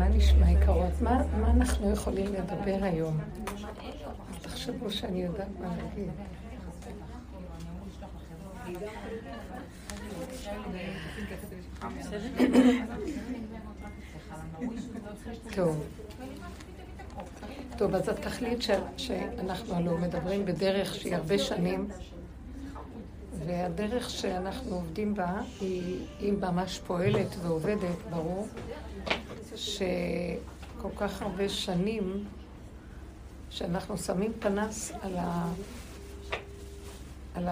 נשמע יקרות? מה אנחנו יכולים לדבר היום? תחשבו שאני יודעת מה להגיד. טוב, אז התכלית שאנחנו הלוא מדברים בדרך שהיא הרבה שנים, והדרך שאנחנו עובדים בה היא ממש פועלת ועובדת, ברור, שכל כך הרבה שנים שאנחנו שמים פנס על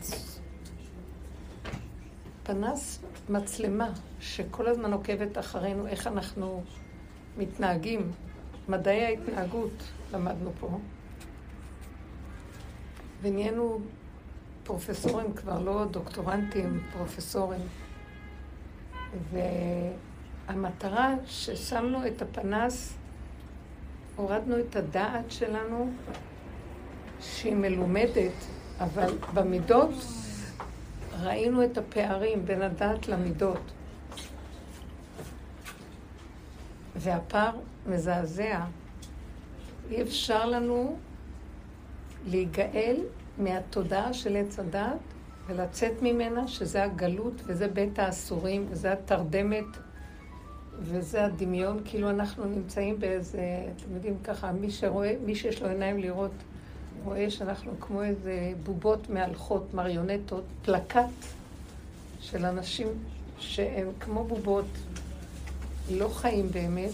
פנס מצלמה שכל הזמן עוקבת אחרינו, איך אנחנו מתנהגים. מדעי ההתנהגות למדנו פה, ונהיינו פרופסורים, כבר לא דוקטורנטים, פרופסורים. והמטרה ששמנו את הפנס, הורדנו את הדעת שלנו שהיא מלומדת, אבל במידות ראינו את הפערים בין הדעת למידות. והפער מזעזע. אי אפשר לנו להיגאל מהתודעה של עץ הדעת ולצאת ממנה, שזה הגלות וזה בית האסורים וזה התרדמת וזה הדמיון. כאילו אנחנו נמצאים באיזה, אתם יודעים ככה, מי שרואה, מי שיש לו עיניים לראות, רואה שאנחנו כמו איזה בובות מהלכות, מריונטות, פלקט של אנשים שהם כמו בובות, לא חיים באמת,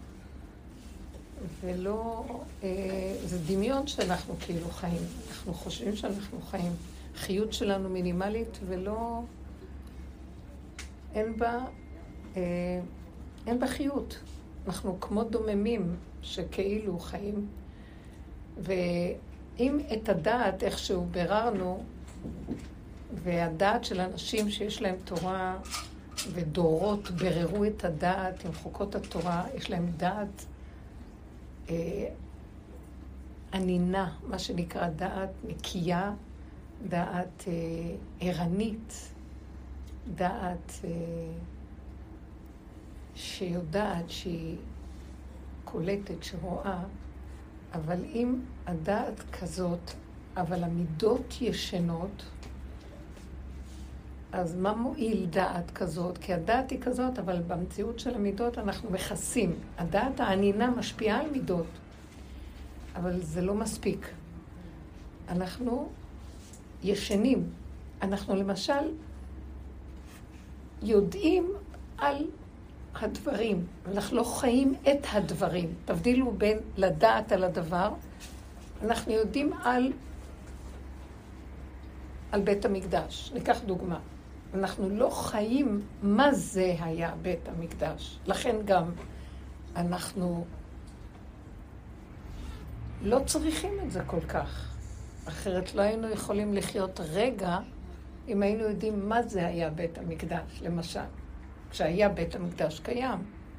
ולא, זה דמיון שאנחנו כאילו חיים. אנחנו חושבים שאנחנו חיים. חיות שלנו מינימלית ולא, אין בה חיות. אנחנו כמו דוממים שכאילו חיים. ואם את הדעת איכשהו ביררנו, והדעת של אנשים שיש להם תורה ודורות בררו את הדעת עם חוקות התורה, יש להם דעת ענינה, מה שנקרא דעת נקייה, דעת ערנית, דעת שיודעת שהיא קולטת, שרואה. אבל אם הדעת כזאת, אבל המידות ישנות, אז מה מועיל דעת כזאת? כי הדעת היא כזאת, אבל במציאות של המידות אנחנו מכסים. הדעת הענינה משפיעה על מידות, אבל זה לא מספיק. אנחנו ישנים. אנחנו למשל יודעים על הדברים, אנחנו לא חיים את הדברים. תבדילו בין לדעת על הדבר. אנחנו יודעים על בית המקדש. ניקח דוגמה. אנחנו לא חיים מה זה היה בית המקדש. לכן גם אנחנו לא צריכים את זה כל כך. אחרת לא היינו יכולים לחיות רגע אם היינו יודעים מה זה היה בית המקדש, למשל. כשהיה בית המקדש קיים.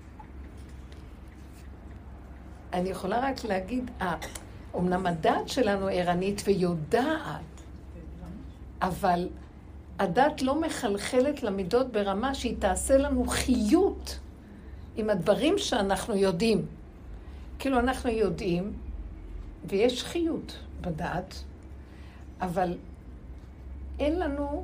אני יכולה רק להגיד, אמנם הדעת שלנו ערנית ויודעת, אבל הדעת לא מחלחלת למידות ברמה שהיא תעשה לנו חיות עם הדברים שאנחנו יודעים. כאילו אנחנו יודעים, ויש חיות בדעת, אבל אין לנו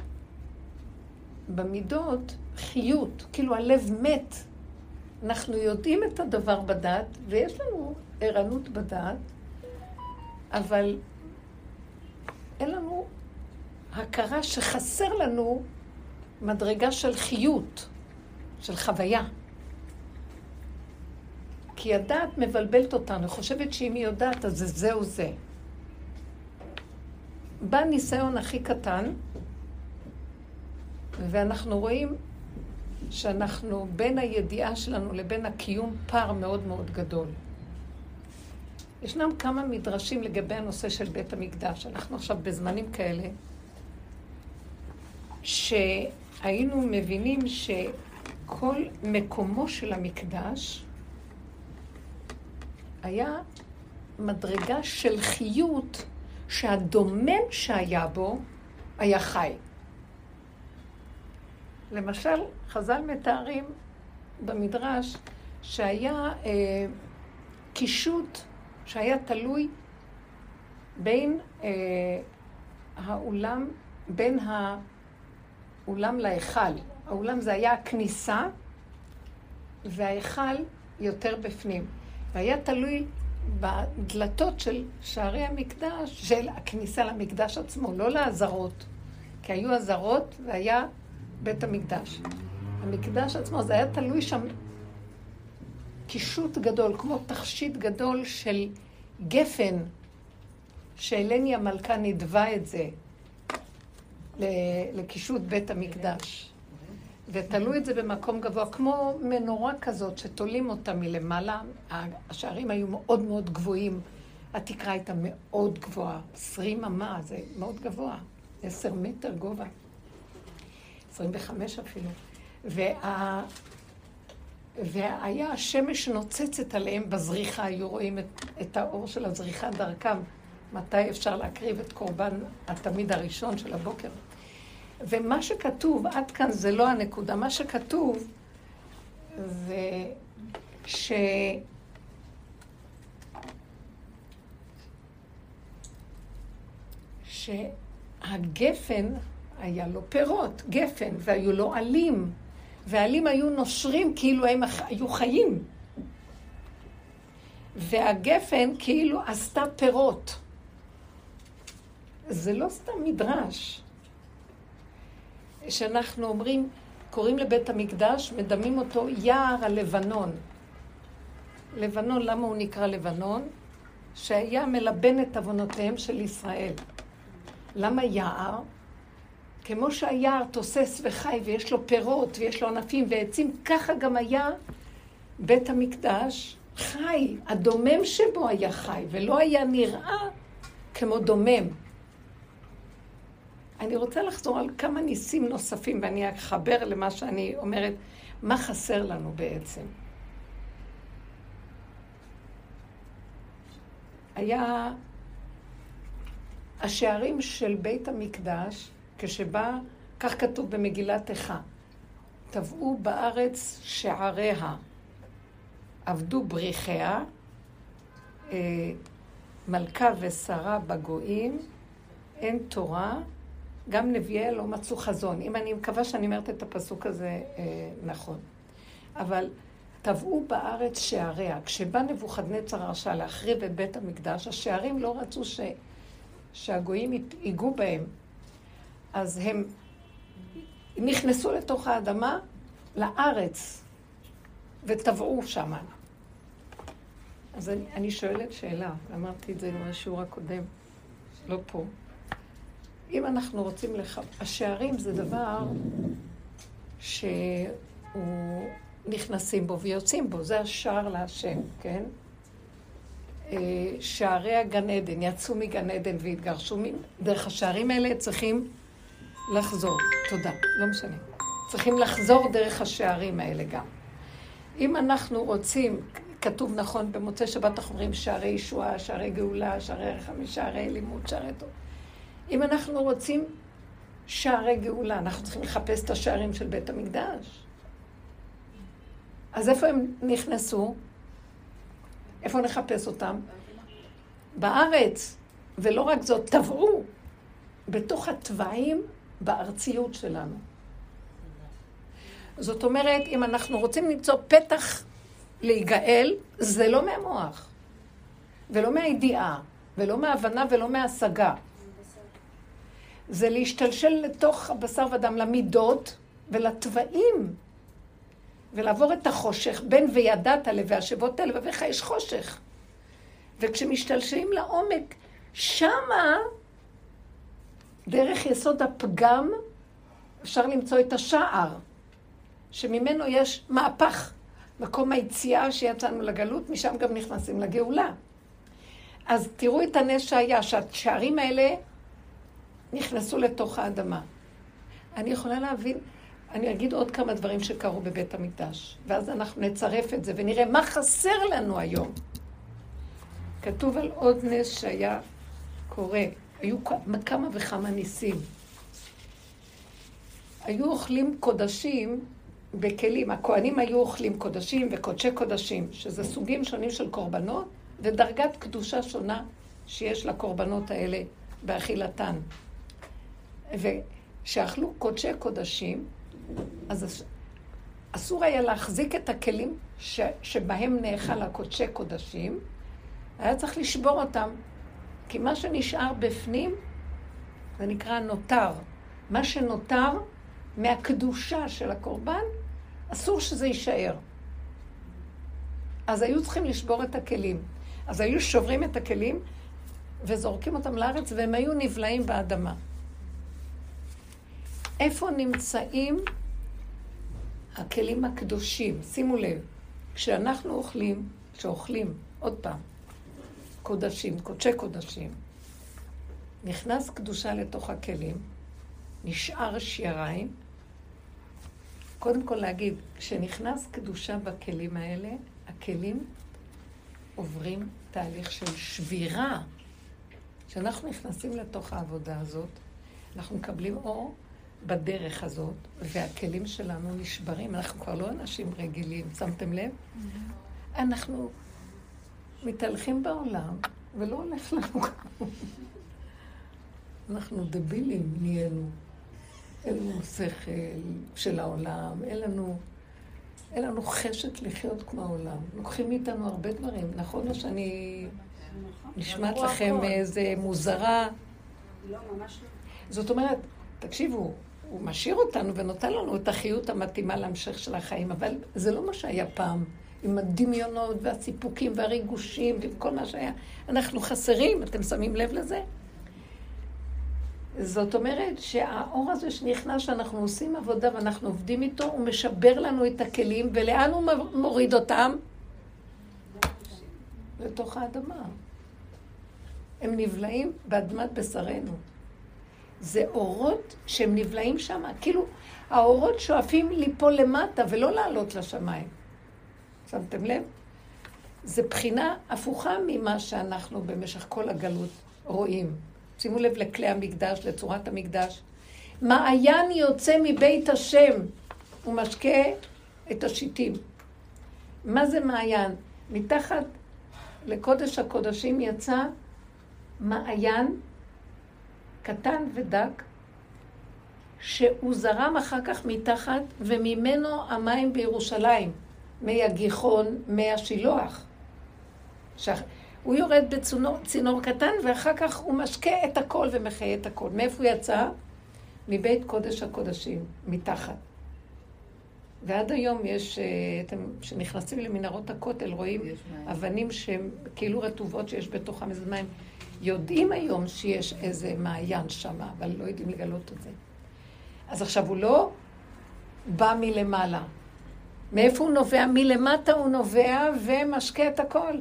במידות חיות, כאילו הלב מת. אנחנו יודעים את הדבר בדעת, ויש לנו ערנות בדעת, אבל אין לנו הכרה שחסר לנו מדרגה של חיות, של חוויה. כי הדעת מבלבלת אותנו, חושבת שאם היא יודעת, אז זהו זה. בא ניסיון הכי קטן, ואנחנו רואים שאנחנו בין הידיעה שלנו לבין הקיום פער מאוד מאוד גדול. ישנם כמה מדרשים לגבי הנושא של בית המקדש. אנחנו עכשיו בזמנים כאלה, שהיינו מבינים שכל מקומו של המקדש היה מדרגה של חיות שהדומם שהיה בו היה חי. למשל, חז"ל מתארים במדרש שהיה קישוט שהיה תלוי בין האולם, בין האולם להיכל. האולם זה היה הכניסה, וההיכל יותר בפנים. והיה תלוי בדלתות של שערי המקדש, של הכניסה למקדש עצמו, לא לעזרות. כי היו עזרות והיה בית המקדש. המקדש עצמו, זה היה תלוי שם קישוט גדול, כמו תכשיט גדול של גפן, שאלני המלכה נדבה את זה לקישוט בית המקדש. ותלו את זה במקום גבוה, כמו מנורה כזאת שתולים אותה מלמעלה. השערים היו מאוד מאוד גבוהים, התקרה הייתה מאוד גבוהה, 20 אמה, זה מאוד גבוה, 10 מטר גובה, 25 אפילו. והיה השמש נוצצת עליהם בזריחה, היו רואים את האור של הזריחה דרכם, מתי אפשר להקריב את קורבן התמיד הראשון של הבוקר. ומה שכתוב, עד כאן זה לא הנקודה, מה שכתוב זה שהגפן היה לו פירות, גפן, והיו לו עלים, והעלים היו נושרים כאילו הם היו חיים. והגפן כאילו עשתה פירות. זה לא סתם מדרש. שאנחנו אומרים, קוראים לבית המקדש, מדמים אותו יער הלבנון. לבנון, למה הוא נקרא לבנון? שהיה מלבן את עוונותיהם של ישראל. למה יער? כמו שהיער תוסס וחי ויש לו פירות ויש לו ענפים ועצים, ככה גם היה בית המקדש חי. הדומם שבו היה חי ולא היה נראה כמו דומם. אני רוצה לחזור על כמה ניסים נוספים ואני אחבר למה שאני אומרת, מה חסר לנו בעצם. היה השערים של בית המקדש, כשבא, כך כתוב במגילת איכה, טבעו בארץ שעריה, עבדו בריחיה, מלכה ושרה בגויים, אין תורה, גם נביאי לא מצאו חזון. אם אני מקווה שאני אומרת את הפסוק הזה נכון. אבל טבעו בארץ שעריה. כשבא נבוכדנצר הרשע להחריב את בית המקדש, השערים לא רצו שהגויים ייגעו בהם. אז הם נכנסו לתוך האדמה, לארץ, וטבעו שם. אז אני שואלת שאלה, אמרתי את זה בשיעור הקודם, לא פה. אם אנחנו רוצים השערים זה דבר שהוא נכנסים בו ויוצאים בו, זה השער להשם, כן? שערי הגן עדן, יצאו מגן עדן והתגרשו דרך השערים האלה, צריכים לחזור. תודה, לא משנה. צריכים לחזור דרך השערים האלה גם. אם אנחנו רוצים, כתוב נכון, במוצאי שבת אנחנו אומרים שערי ישועה, שערי גאולה, שערי רחמים, שערי לימוד, שערי טוב. אם אנחנו רוצים שערי גאולה, אנחנו צריכים לחפש את השערים של בית המקדש. אז איפה הם נכנסו? איפה נחפש אותם? בארץ. ולא רק זאת, טבעו בתוך הטבעים בארציות שלנו. זאת אומרת, אם אנחנו רוצים למצוא פתח להיגאל, זה לא מהמוח, ולא מהידיעה, ולא מההבנה ולא מההשגה. זה להשתלשל לתוך הבשר ודם, למידות ולטבעים, ולעבור את החושך, בין וידעת לבאשבות אל ובך יש חושך. וכשמשתלשלים לעומק, שמה, דרך יסוד הפגם, אפשר למצוא את השער, שממנו יש מהפך, מקום היציאה שיצאנו לגלות, משם גם נכנסים לגאולה. אז תראו את הנס שהיה, שהשערים האלה נכנסו לתוך האדמה. אני יכולה להבין, אני אגיד עוד כמה דברים שקרו בבית המקדש, ואז אנחנו נצרף את זה ונראה מה חסר לנו היום. כתוב על עוד נס שהיה קורה, היו כמה וכמה ניסים. היו אוכלים קודשים בכלים, הכהנים היו אוכלים קודשים וקודשי קודשים, שזה סוגים שונים של קורבנות, ודרגת קדושה שונה שיש לקורבנות האלה באכילתן. ושאכלו קודשי קודשים, אז אסור היה להחזיק את הכלים שבהם נאכל הקודשי קודשים, היה צריך לשבור אותם, כי מה שנשאר בפנים, זה נקרא נותר. מה שנותר מהקדושה של הקורבן, אסור שזה יישאר. אז היו צריכים לשבור את הכלים. אז היו שוברים את הכלים וזורקים אותם לארץ, והם היו נבלעים באדמה. איפה נמצאים הכלים הקדושים? שימו לב, כשאנחנו שאוכלים, עוד פעם, קודשים, קודשי קודשים, נכנס קדושה לתוך הכלים, נשאר שיריים. קודם כל להגיד, כשנכנס קדושה בכלים האלה, הכלים עוברים תהליך של שבירה. כשאנחנו נכנסים לתוך העבודה הזאת, אנחנו מקבלים אור בדרך הזאת, והכלים שלנו נשברים. אנחנו כבר לא אנשים רגילים, שמתם לב? אנחנו מתהלכים בעולם, ולא הולך לנו כלום. אנחנו דבילים נהיינו. אין לנו שכל של העולם, אין לנו חשת לחיות כמו העולם. לוקחים מאיתנו הרבה דברים. נכון או שאני נשמעת לכם איזה מוזרה? לא, ממש לא. זאת אומרת, תקשיבו, הוא משאיר אותנו ונותן לנו את החיות המתאימה להמשך של החיים, אבל זה לא מה שהיה פעם, עם הדמיונות והסיפוקים והריגושים וכל מה שהיה. אנחנו חסרים, אתם שמים לב לזה? זאת אומרת שהאור הזה שנכנס, שאנחנו עושים עבודה ואנחנו עובדים איתו, הוא משבר לנו את הכלים, ולאן הוא מוריד אותם? לתוך האדמה. הם נבלעים באדמת בשרנו. זה אורות שהם נבלעים שם, כאילו האורות שואפים ליפול למטה ולא לעלות לשמיים. שמתם לב? זה בחינה הפוכה ממה שאנחנו במשך כל הגלות רואים. שימו לב לכלי המקדש, לצורת המקדש. מעיין יוצא מבית השם, הוא משקה את השיטים. מה זה מעיין? מתחת לקודש הקודשים יצא מעיין קטן ודק, שהוא זרם אחר כך מתחת, וממנו המים בירושלים, מי הגיחון, מי השילוח. הוא יורד בצינור קטן, ואחר כך הוא משקה את הכל ומחיה את הכל. מאיפה הוא יצא? מבית קודש הקודשים, מתחת. ועד היום יש, כשנכנסים למנהרות הכותל, רואים אבנים שהן כאילו רטובות שיש בתוכם איזה מים. יודעים היום שיש איזה מעיין שם, אבל לא יודעים לגלות את זה. אז עכשיו הוא לא בא מלמעלה. מאיפה הוא נובע? מלמטה הוא נובע ומשקה את הכל.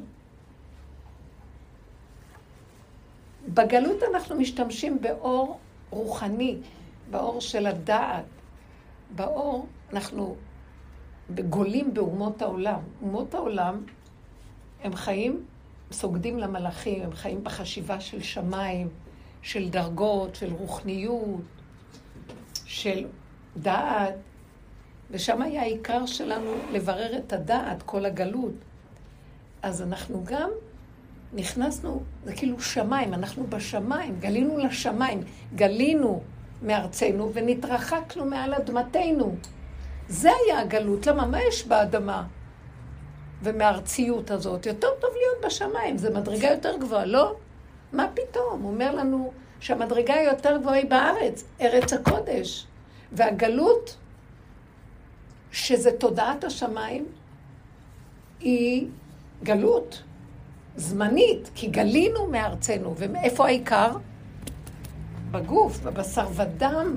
בגלות אנחנו משתמשים באור רוחני, באור של הדעת. באור אנחנו גולים באומות העולם. אומות העולם הם חיים, סוגדים למלאכים, הם חיים בחשיבה של שמיים, של דרגות, של רוחניות, של דעת. ושם היה העיקר שלנו לברר את הדעת, כל הגלות. אז אנחנו גם נכנסנו, זה כאילו שמיים, אנחנו בשמיים, גלינו לשמיים, גלינו מארצנו ונתרחקנו מעל אדמתנו. זה היה הגלות. למה? מה יש באדמה? ומהארציות הזאת, יותר טוב להיות בשמיים, זה מדרגה יותר גבוהה, לא? מה פתאום? הוא אומר לנו שהמדרגה יותר גבוהה היא בארץ, ארץ הקודש. והגלות, שזה תודעת השמיים, היא גלות זמנית, כי גלינו מארצנו. ואיפה העיקר? בגוף, בבשר ודם,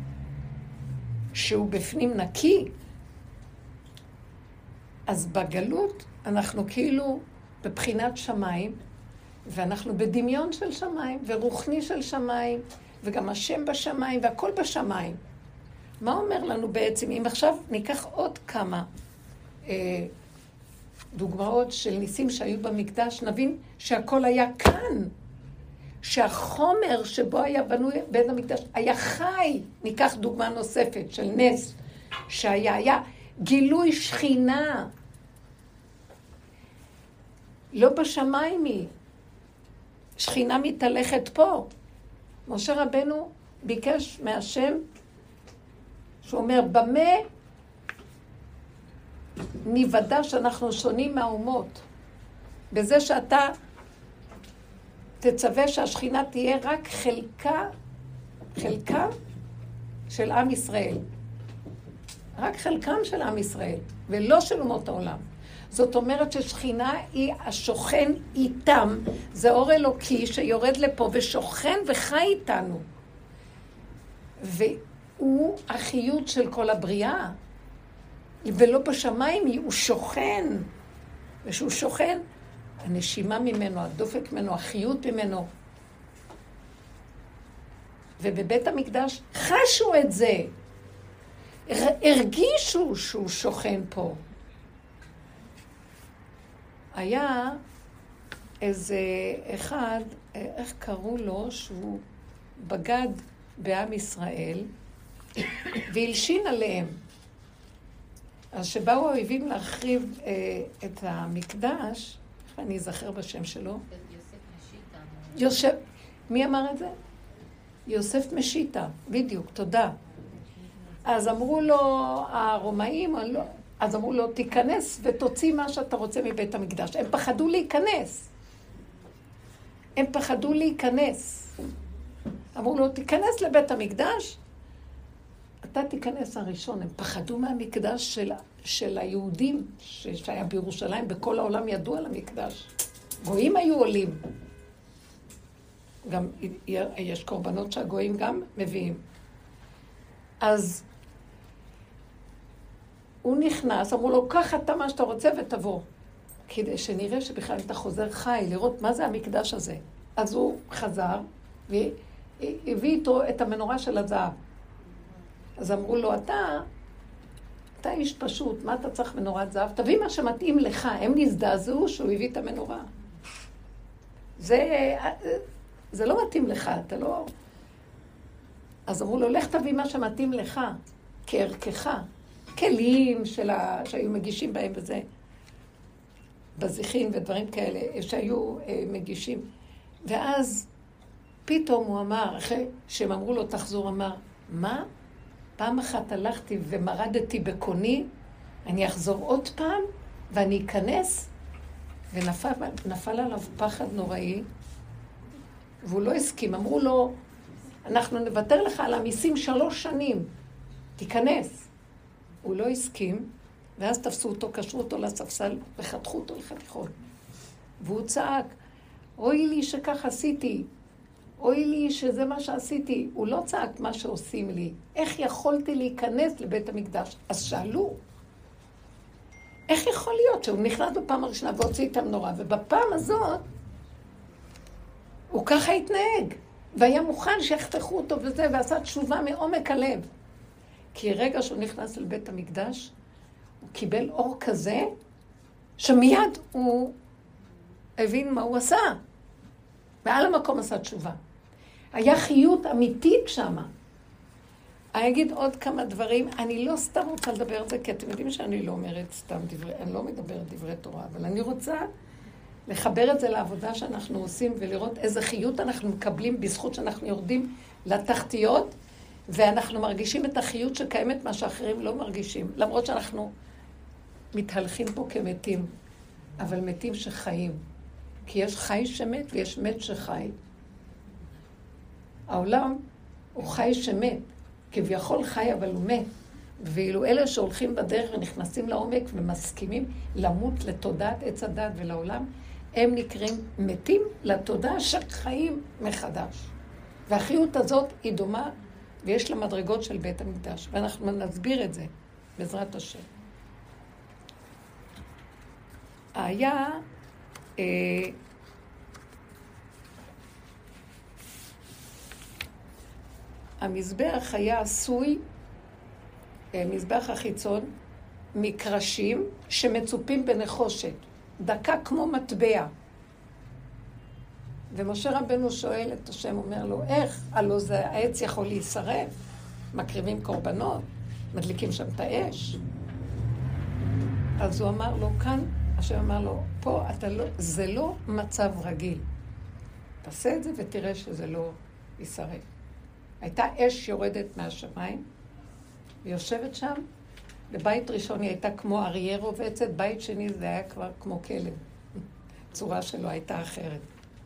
שהוא בפנים נקי. אז בגלות אנחנו כאילו בבחינת שמיים, ואנחנו בדמיון של שמיים, ורוחני של שמיים, וגם השם בשמיים, והכל בשמיים. מה אומר לנו בעצם? אם עכשיו ניקח עוד כמה דוגמאות של ניסים שהיו במקדש, נבין שהכל היה כאן. שהחומר שבו היה בנוי בית המקדש היה חי. ניקח דוגמה נוספת של נס שהיה גילוי שכינה. לא בשמיים היא. שכינה מתהלכת פה. משה רבנו ביקש מהשם, שהוא אומר, במה נוודא שאנחנו שונים מהאומות? בזה שאתה תצווה שהשכינה תהיה רק חלקה של עם ישראל. רק חלקם של עם ישראל, ולא של אומות העולם. זאת אומרת ששכינה היא השוכן איתם. זה אור אלוקי שיורד לפה ושוכן וחי איתנו. והוא החיות של כל הבריאה. ולא בשמיים, הוא שוכן. ושהוא שוכן, הנשימה ממנו, הדופק ממנו, החיות ממנו. ובבית המקדש חשו את זה. הרגישו שהוא שוכן פה. היה איזה אחד, איך קראו לו, שהוא בגד בעם ישראל, והלשין עליהם. אז שבאו האויבים להחריב את המקדש, אני אזכר בשם שלו. יוסף, מי אמר את זה? יוסף משיטה, בדיוק, תודה. אז אמרו לו, הרומאים, אז אמרו לו, תיכנס ותוציא מה שאתה רוצה מבית המקדש. הם פחדו להיכנס. הם פחדו להיכנס. אמרו לו, תיכנס לבית המקדש, אתה תיכנס הראשון. הם פחדו מהמקדש של היהודים, שהיה בירושלים, בכל העולם ידעו על המקדש. גויים היו עולים. גם יש קורבנות שהגויים גם מביאים. אז הוא נכנס, אמרו לו, קח אתה מה שאתה רוצה ותבוא. כדי שנראה שבכלל אתה חוזר חי, לראות מה זה המקדש הזה. אז הוא חזר והביא איתו את המנורה של הזהב. אז אמרו לו, אתה איש פשוט, מה אתה צריך מנורת זהב? תביא מה שמתאים לך. הם נזדעזעו שהוא הביא את המנורה. זה לא מתאים לך, אתה לא... אז אמרו לו, לך תביא מה שמתאים לך, כערכך. כלים שהיו מגישים בהם בזה, בזיכין ודברים כאלה, שהיו מגישים. ואז פתאום הוא אמר, אחרי שהם אמרו לו תחזור, אמר, מה? פעם אחת הלכתי ומרדתי בקוני, אני אחזור עוד פעם ואני אכנס, ונפל עליו פחד נוראי, והוא לא הסכים. אמרו לו, אנחנו נוותר לך על המיסים 3 שנים, תיכנס. הוא לא הסכים, ואז תפסו אותו, קשרו אותו לספסל וחתכו אותו לחתיכות. והוא צעק, אוי לי שכך עשיתי, אוי לי שזה מה שעשיתי. הוא לא צעק מה שעושים לי. איך יכולתי להיכנס לבית המקדש? אז שאלו, איך יכול להיות שהוא נכנס בפעם הראשונה והוציא את המנורה, ובפעם הזאת הוא ככה התנהג, והיה מוכן שיחתכו אותו וזה, ועשה תשובה מעומק הלב. כי רגע שהוא נכנס לבית המקדש, הוא קיבל אור כזה, שמיד הוא הבין מה הוא עשה. ועל המקום עשה תשובה. היה חיות אמיתית שמה. אני אגיד עוד כמה דברים, אני לא סתם רוצה לדבר על זה, כי אתם יודעים שאני לא אומרת סתם אני לא מדברת דברי תורה, אבל אני רוצה לחבר את זה לעבודה שאנחנו עושים, ולראות איזה חיות אנחנו מקבלים בזכות שאנחנו יורדים לתחתיות, ואנחנו מרגישים את החיות שקיימת מה שאחרים לא מרגישים, למרות שאנחנו מתהלכים פה כמתים, אבל מתים שחיים. כי יש חי שמת ויש מת שחי. העולם הוא חי שמת, כביכול חי אבל הוא מת. ואילו אלה שהולכים בדרך ונכנסים לעומק ומסכימים למות לתודעת עץ הדת ולעולם, הם נקראים מתים לתודעה שחיים מחדש. והחיות הזאת היא דומה ויש לה מדרגות של בית המקדש. ואנחנו נסביר את זה בעזרת השם. היה המזבח היה עשוי, מזבח החיצון, מקרשים שמצופים בנחושת, דקה כמו מטבע. ומשה רבנו שואל את השם, אומר לו, איך? הלא זה העץ יכול להישרף? מקריבים קורבנות, מדליקים שם את האש. אז הוא אמר לו, כאן, השם אמר לו, פה אתה לא, זה לא מצב רגיל. תעשה את זה ותראה שזה לא ישרף. הייתה אש יורדת מהשמיים, ויושבת שם, בבית ראשון היא הייתה כמו אריה רובצת, בית שני זה היה כבר כמו כלב. צורה שלו הייתה אחרת.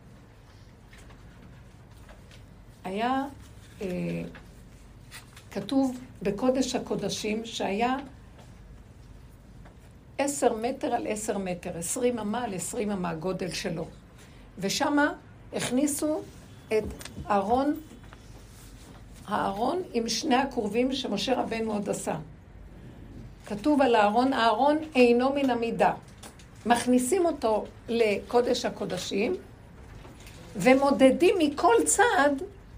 היה כתוב בקודש הקודשים שהיה 10 מטר על 10 מטר, 20 אמה על 20 אמה הגודל שלו. ושמה הכניסו את הארון עם שני הקרובים שמשה רבנו עוד עשה. כתוב על הארון אינו מן המידה. מכניסים אותו לקודש הקודשים, ומודדים מכל צד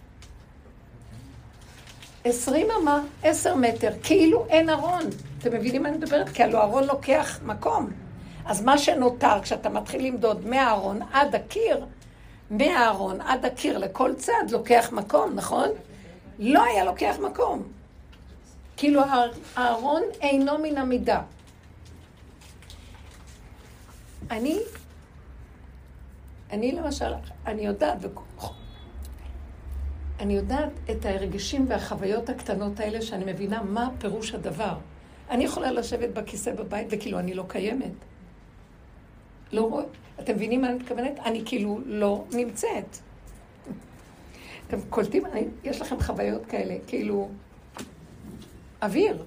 20 אמה, 10 מטר, כאילו אין ארון. אתם מבינים מה אני מדברת? כי הלוא ארון לוקח מקום. אז מה שנותר, כשאתה מתחיל למדוד מהארון עד הקיר, מהארון עד הקיר לכל צד לוקח מקום, נכון? לא היה לוקח מקום. כאילו הארון אינו מן המידה. אני למשל, אני יודעת את הרגשים והחוויות הקטנות האלה שאני מבינה מה פירוש הדבר. אני יכולה לשבת בכיסא בבית וכאילו אני לא קיימת. לא, אתם מבינים מה אני מתכוונת? אני כאילו לא נמצאת. אתם קולטים? יש לכם חוויות כאלה, כאילו אוויר.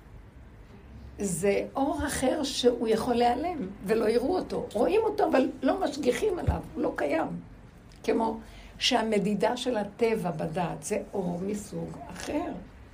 זה אור אחר שהוא יכול להיעלם ולא יראו אותו. רואים אותו אבל לא משגיחים עליו, הוא לא קיים. כמו שהמדידה של הטבע בדעת זה אור מסוג אחר.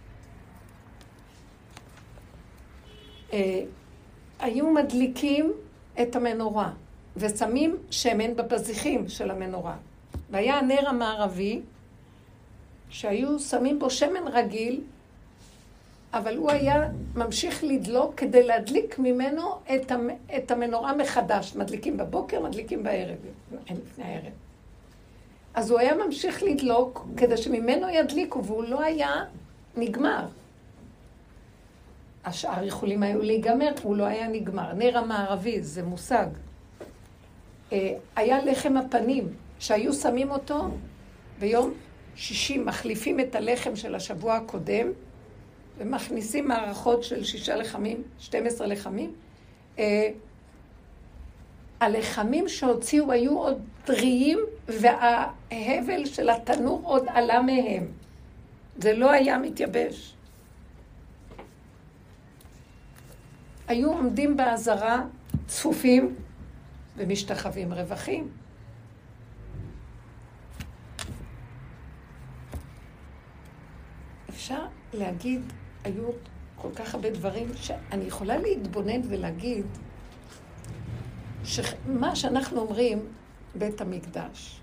היו מדליקים את המנורה ושמים שמן בפזיחים של המנורה. והיה הנר המערבי שהיו שמים בו שמן רגיל, אבל הוא היה ממשיך לדלוק כדי להדליק ממנו את המנורה מחדש. מדליקים בבוקר, מדליקים בערב, לפני הערב. אז הוא היה ממשיך לדלוק כדי שממנו ידליקו, והוא לא היה נגמר. השאר יכולים היו להיגמר, הוא לא היה נגמר. נר המערבי, זה מושג. היה לחם הפנים, שהיו שמים אותו ביום 60, מחליפים את הלחם של השבוע הקודם, ומכניסים מערכות של 6 לחמים, 12 לחמים. הלחמים שהוציאו היו עוד טריים, וההבל של התנור עוד עלה מהם. זה לא היה מתייבש. היו עומדים בעזרה צפופים ומשתחווים רווחים. אפשר להגיד, היו כל כך הרבה דברים שאני יכולה להתבונן ולהגיד שמה שאנחנו אומרים בית המקדש,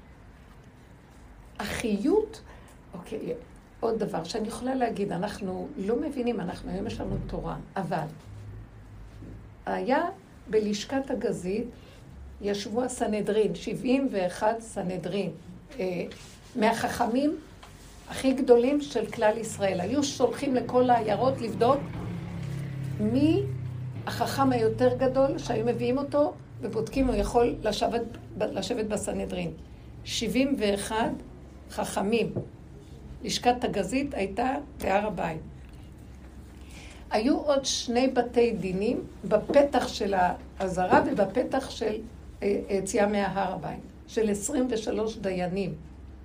החיות, אוקיי, עוד דבר שאני יכולה להגיד, אנחנו לא מבינים, אנחנו היום יש לנו תורה, אבל היה בלשכת הגזית, ישבו הסנהדרין, 71 סנהדרין, מהחכמים הכי גדולים של כלל ישראל. היו שולחים לכל העיירות לבדוק מי החכם היותר גדול שהיו מביאים אותו, ובודקים הוא יכול לשבת בסנהדרין. 71 חכמים. לשכת הגזית הייתה בהר הבית. היו עוד 2 בתי דינים בפתח של העזרה ובפתח של יציאה מההר הבית, של 23 דיינים.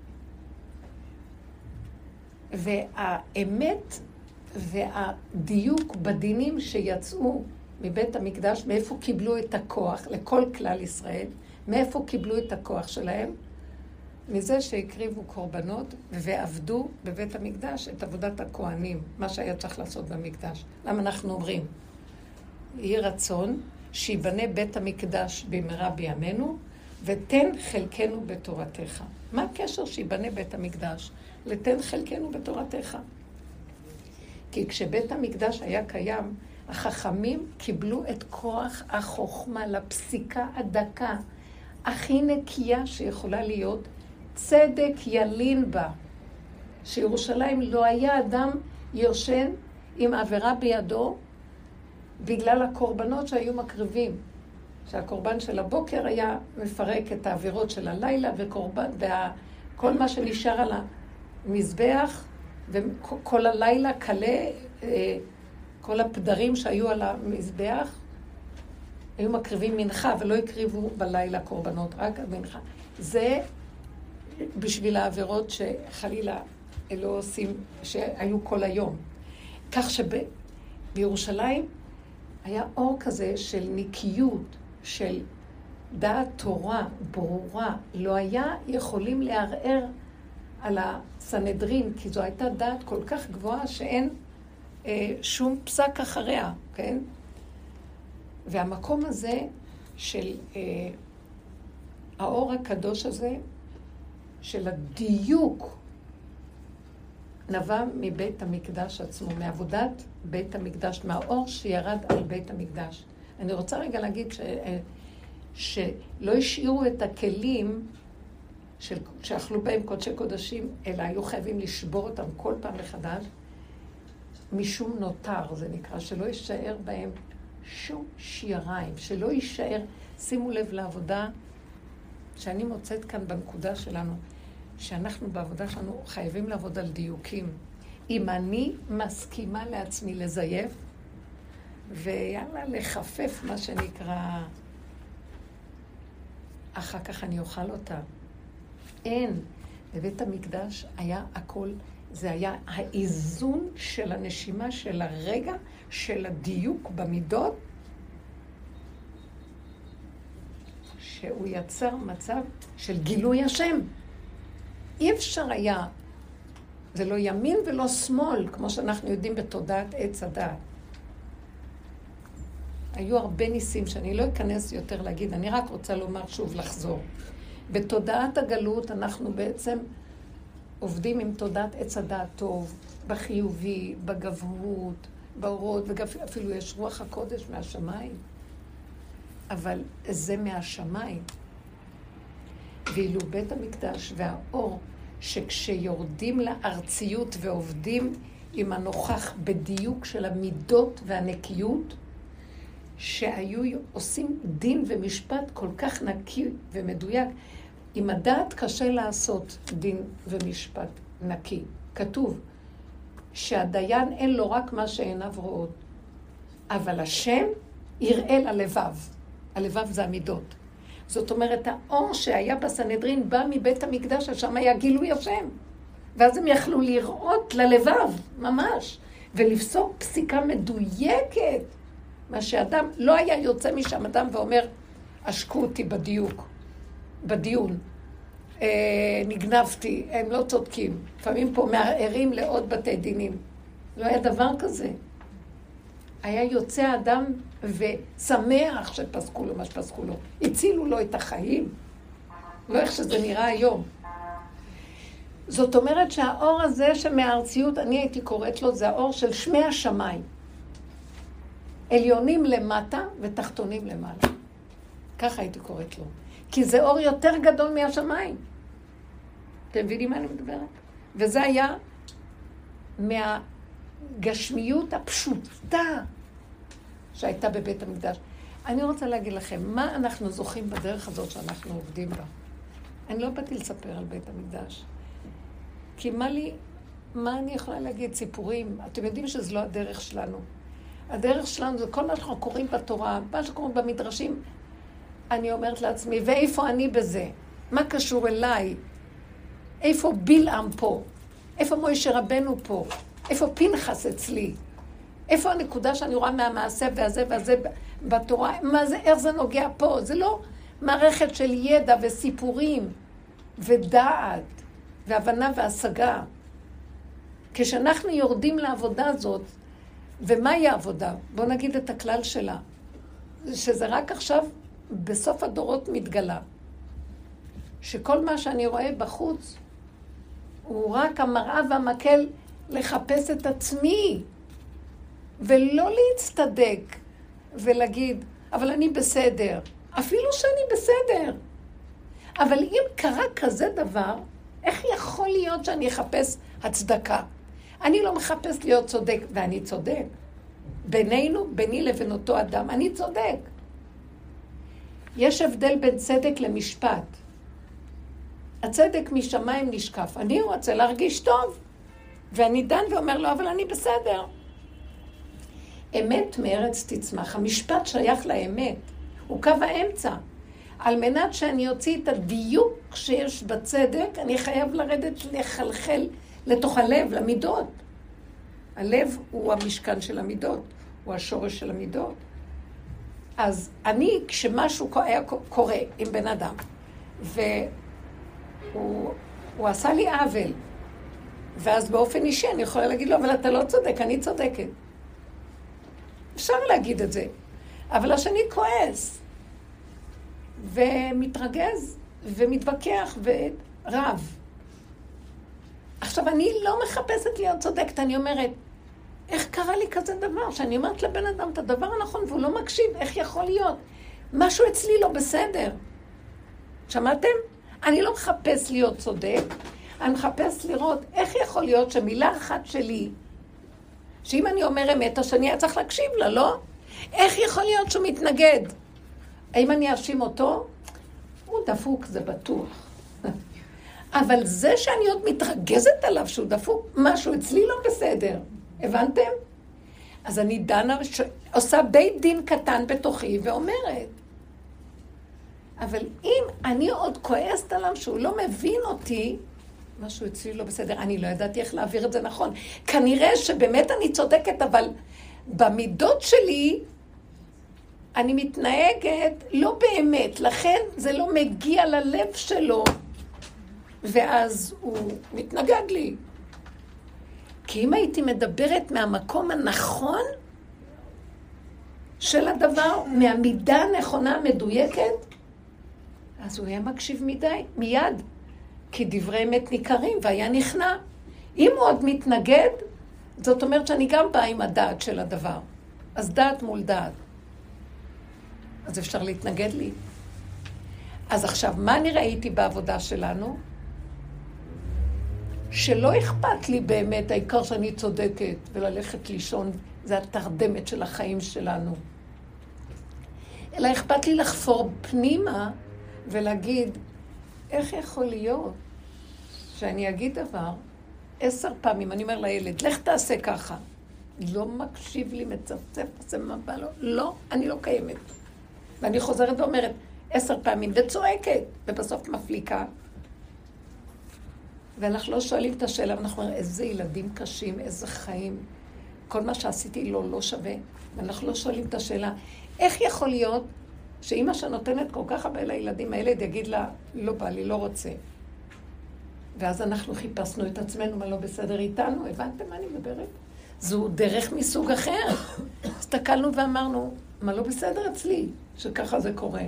והאמת והדיוק בדינים שיצאו מבית המקדש, מאיפה קיבלו את הכוח לכל כלל ישראל, מאיפה קיבלו את הכוח שלהם, מזה שהקריבו קורבנות ועבדו בבית המקדש את עבודת הכהנים, מה שהיה צריך לעשות במקדש. למה אנחנו אומרים? יהי רצון שיבנה בית המקדש במהרה בימינו, ותן חלקנו בתורתך. מה הקשר שיבנה בית המקדש? לתן חלקנו בתורתך. כי כשבית המקדש היה קיים, החכמים קיבלו את כוח החוכמה לפסיקה הדקה, הכי נקייה שיכולה להיות, צדק ילין בה. שירושלים לא היה אדם יושן עם עבירה בידו, בגלל הקורבנות שהיו מקריבים. שהקורבן של הבוקר היה מפרק את האווירות של הלילה, וכל מה שנשאר על המזבח, וכל הלילה קלה, כל הפדרים שהיו על המזבח, היו מקריבים מנחה, ולא הקריבו בלילה קורבנות, רק מנחה. זה בשביל העבירות שחלילה לא עושים, שהיו כל היום. כך שבירושלים היה אור כזה של נקיות, של דעת תורה ברורה. לא היה יכולים לערער על הסנהדרין, כי זו הייתה דעת כל כך גבוהה שאין שום פסק אחריה, כן? והמקום הזה של האור הקדוש הזה, של הדיוק, נבע מבית המקדש עצמו, מעבודת בית המקדש, מהאור שירד על בית המקדש. אני רוצה רגע להגיד שלא השאירו את הכלים שאכלו בהם קודשי קודשים, אלא היו חייבים לשבור אותם כל פעם מחדש, משום נותר, זה נקרא, שלא יישאר בהם שום שיריים, שלא יישאר, שימו לב לעבודה שאני מוצאת כאן בנקודה שלנו, שאנחנו בעבודה שלנו חייבים לעבוד על דיוקים. אם אני מסכימה לעצמי לזייף, ויאללה, לחפף מה שנקרא, אחר כך אני אוכל אותה. אין. בבית המקדש היה הכל, זה היה האיזון של הנשימה, של הרגע, של הדיוק במידות, שהוא יצר מצב של גילוי השם. אי אפשר היה, זה לא ימין ולא שמאל, כמו שאנחנו יודעים בתודעת עץ הדעת. היו הרבה ניסים שאני לא אכנס יותר להגיד, אני רק רוצה לומר שוב, לחזור. בתודעת הגלות אנחנו בעצם עובדים עם תודעת עץ הדעת טוב, בחיובי, בגבהות, באורות, ואפילו יש רוח הקודש מהשמיים. אבל זה מהשמיים. ואילו בית המקדש והאור, שכשיורדים לארציות ועובדים עם הנוכח בדיוק של המידות והנקיות, שהיו עושים דין ומשפט כל כך נקי ומדויק. עם הדעת קשה לעשות דין ומשפט נקי. כתוב שהדיין אין לו רק מה שעיניו רואות, אבל השם יראה ללבב. הלבב זה המידות. זאת אומרת, האור שהיה בסנהדרין בא מבית המקדש, שם היה גילוי השם. ואז הם יכלו לראות ללבב, ממש, ולפסוק פסיקה מדויקת. מה שאדם לא היה יוצא משם אדם ואומר, עשקו אותי בדיון, נגנבתי, הם לא צודקים. לפעמים פה מערערים לעוד בתי דינים. לא היה דבר כזה. היה יוצא אדם ושמח שפסקו לו מה שפסקו לו. הצילו לו את החיים. לא איך שזה נראה היום. זאת אומרת שהאור הזה שמהארציות, אני הייתי קוראת לו, זה האור של שמי השמיים. עליונים למטה ותחתונים למעלה. ככה הייתי קוראת לו. כי זה אור יותר גדול מהשמיים. אתם מבינים מה אני מדברת? וזה היה מהגשמיות הפשוטה שהייתה בבית המקדש. אני רוצה להגיד לכם, מה אנחנו זוכים בדרך הזאת שאנחנו עובדים בה? אני לא באתי לספר על בית המקדש. כי מה אני יכולה להגיד? סיפורים. אתם יודעים שזה לא הדרך שלנו. הדרך שלנו זה כל מה שאנחנו קוראים בתורה, מה שקוראים במדרשים. אני אומרת לעצמי, ואיפה אני בזה? מה קשור אליי? איפה בלעם פה? איפה מוישה רבנו פה? איפה פנחס אצלי? איפה הנקודה שאני רואה מהמעשה והזה והזה בתורה? מה זה, איך זה נוגע פה? זה לא מערכת של ידע וסיפורים ודעת והבנה והשגה. כשאנחנו יורדים לעבודה הזאת, ומהי העבודה? בואו נגיד את הכלל שלה. שזה רק עכשיו, בסוף הדורות מתגלה. שכל מה שאני רואה בחוץ, הוא רק המראה והמקל לחפש את עצמי. ולא להצטדק ולהגיד, אבל אני בסדר. אפילו שאני בסדר. אבל אם קרה כזה דבר, איך יכול להיות שאני אחפש הצדקה? אני לא מחפש להיות צודק, ואני צודק. בינינו, ביני לבין אותו אדם, אני צודק. יש הבדל בין צדק למשפט. הצדק משמיים נשקף. אני רוצה להרגיש טוב. ואני דן ואומר לו, אבל אני בסדר. אמת מארץ תצמח. המשפט שייך לאמת. הוא קו האמצע. על מנת שאני אוציא את הדיוק שיש בצדק, אני חייב לרדת לחלחל לתוך הלב, למידות. הלב הוא המשכן של המידות, הוא השורש של המידות. אז אני, כשמשהו היה קורה עם בן אדם, והוא עשה לי עוול, ואז באופן אישי אני יכולה להגיד לו, אבל אתה לא צודק, אני צודקת. אפשר להגיד את זה. אבל השני כועס, ומתרגז, ומתווכח, ורב. עכשיו, אני לא מחפשת להיות צודקת, אני אומרת, איך קרה לי כזה דבר? שאני אומרת לבן אדם את הדבר הנכון, והוא לא מקשיב, איך יכול להיות? משהו אצלי לא בסדר. שמעתם? אני לא מחפש להיות צודק, אני מחפש לראות איך יכול להיות שמילה אחת שלי, שאם אני אומר אמת, השני היה צריך להקשיב לה, לא? איך יכול להיות שהוא מתנגד? האם אני אאשים אותו? הוא דפוק, זה בטוח. אבל זה שאני עוד מתרגזת עליו שהוא דפוק, משהו אצלי לא בסדר. הבנתם? אז אני דנה, עושה בית דין קטן בתוכי ואומרת, אבל אם אני עוד כועסת עליו שהוא לא מבין אותי, משהו אצלי לא בסדר, אני לא ידעתי איך להעביר את זה נכון. כנראה שבאמת אני צודקת, אבל במידות שלי אני מתנהגת לא באמת, לכן זה לא מגיע ללב שלו, ואז הוא מתנגד לי. כי אם הייתי מדברת מהמקום הנכון של הדבר, מהמידה הנכונה המדויקת, אז הוא היה מקשיב מיד, כי דברי אמת ניכרים, והיה נכנע. אם הוא עוד מתנגד, זאת אומרת שאני גם באה עם הדעת של הדבר. אז דעת מול דעת. אז אפשר להתנגד לי. אז עכשיו, מה אני ראיתי בעבודה שלנו? שלא אכפת לי באמת, העיקר שאני צודקת, וללכת לישון, זה התרדמת של החיים שלנו. אלא אכפת לי לחפור פנימה, ולהגיד, איך יכול להיות שאני אגיד דבר 10 פעמים, אני אומר לילד, לך תעשה ככה. לא מקשיב לי, מצפצף, עושה מה בא לו. לא, אני לא קיימת. ואני חוזרת ואומרת 10 פעמים, וצועקת, ובסוף מפליקה. ואנחנו לא שואלים את השאלה, ואנחנו אומרים, איזה ילדים קשים, איזה חיים. כל מה שעשיתי לא שווה. ואנחנו לא שואלים את השאלה, איך יכול להיות שאמא שנותנת כל כך הרבה לילדים, הילד יגיד לה, לא בא לי, לא רוצה. ואז אנחנו חיפשנו את עצמנו, מה לא בסדר איתנו, הבנתם מה אני מדברת? זו דרך מסוג אחר. הסתכלנו ואמרנו, מה לא בסדר אצלי, שככה זה קורה.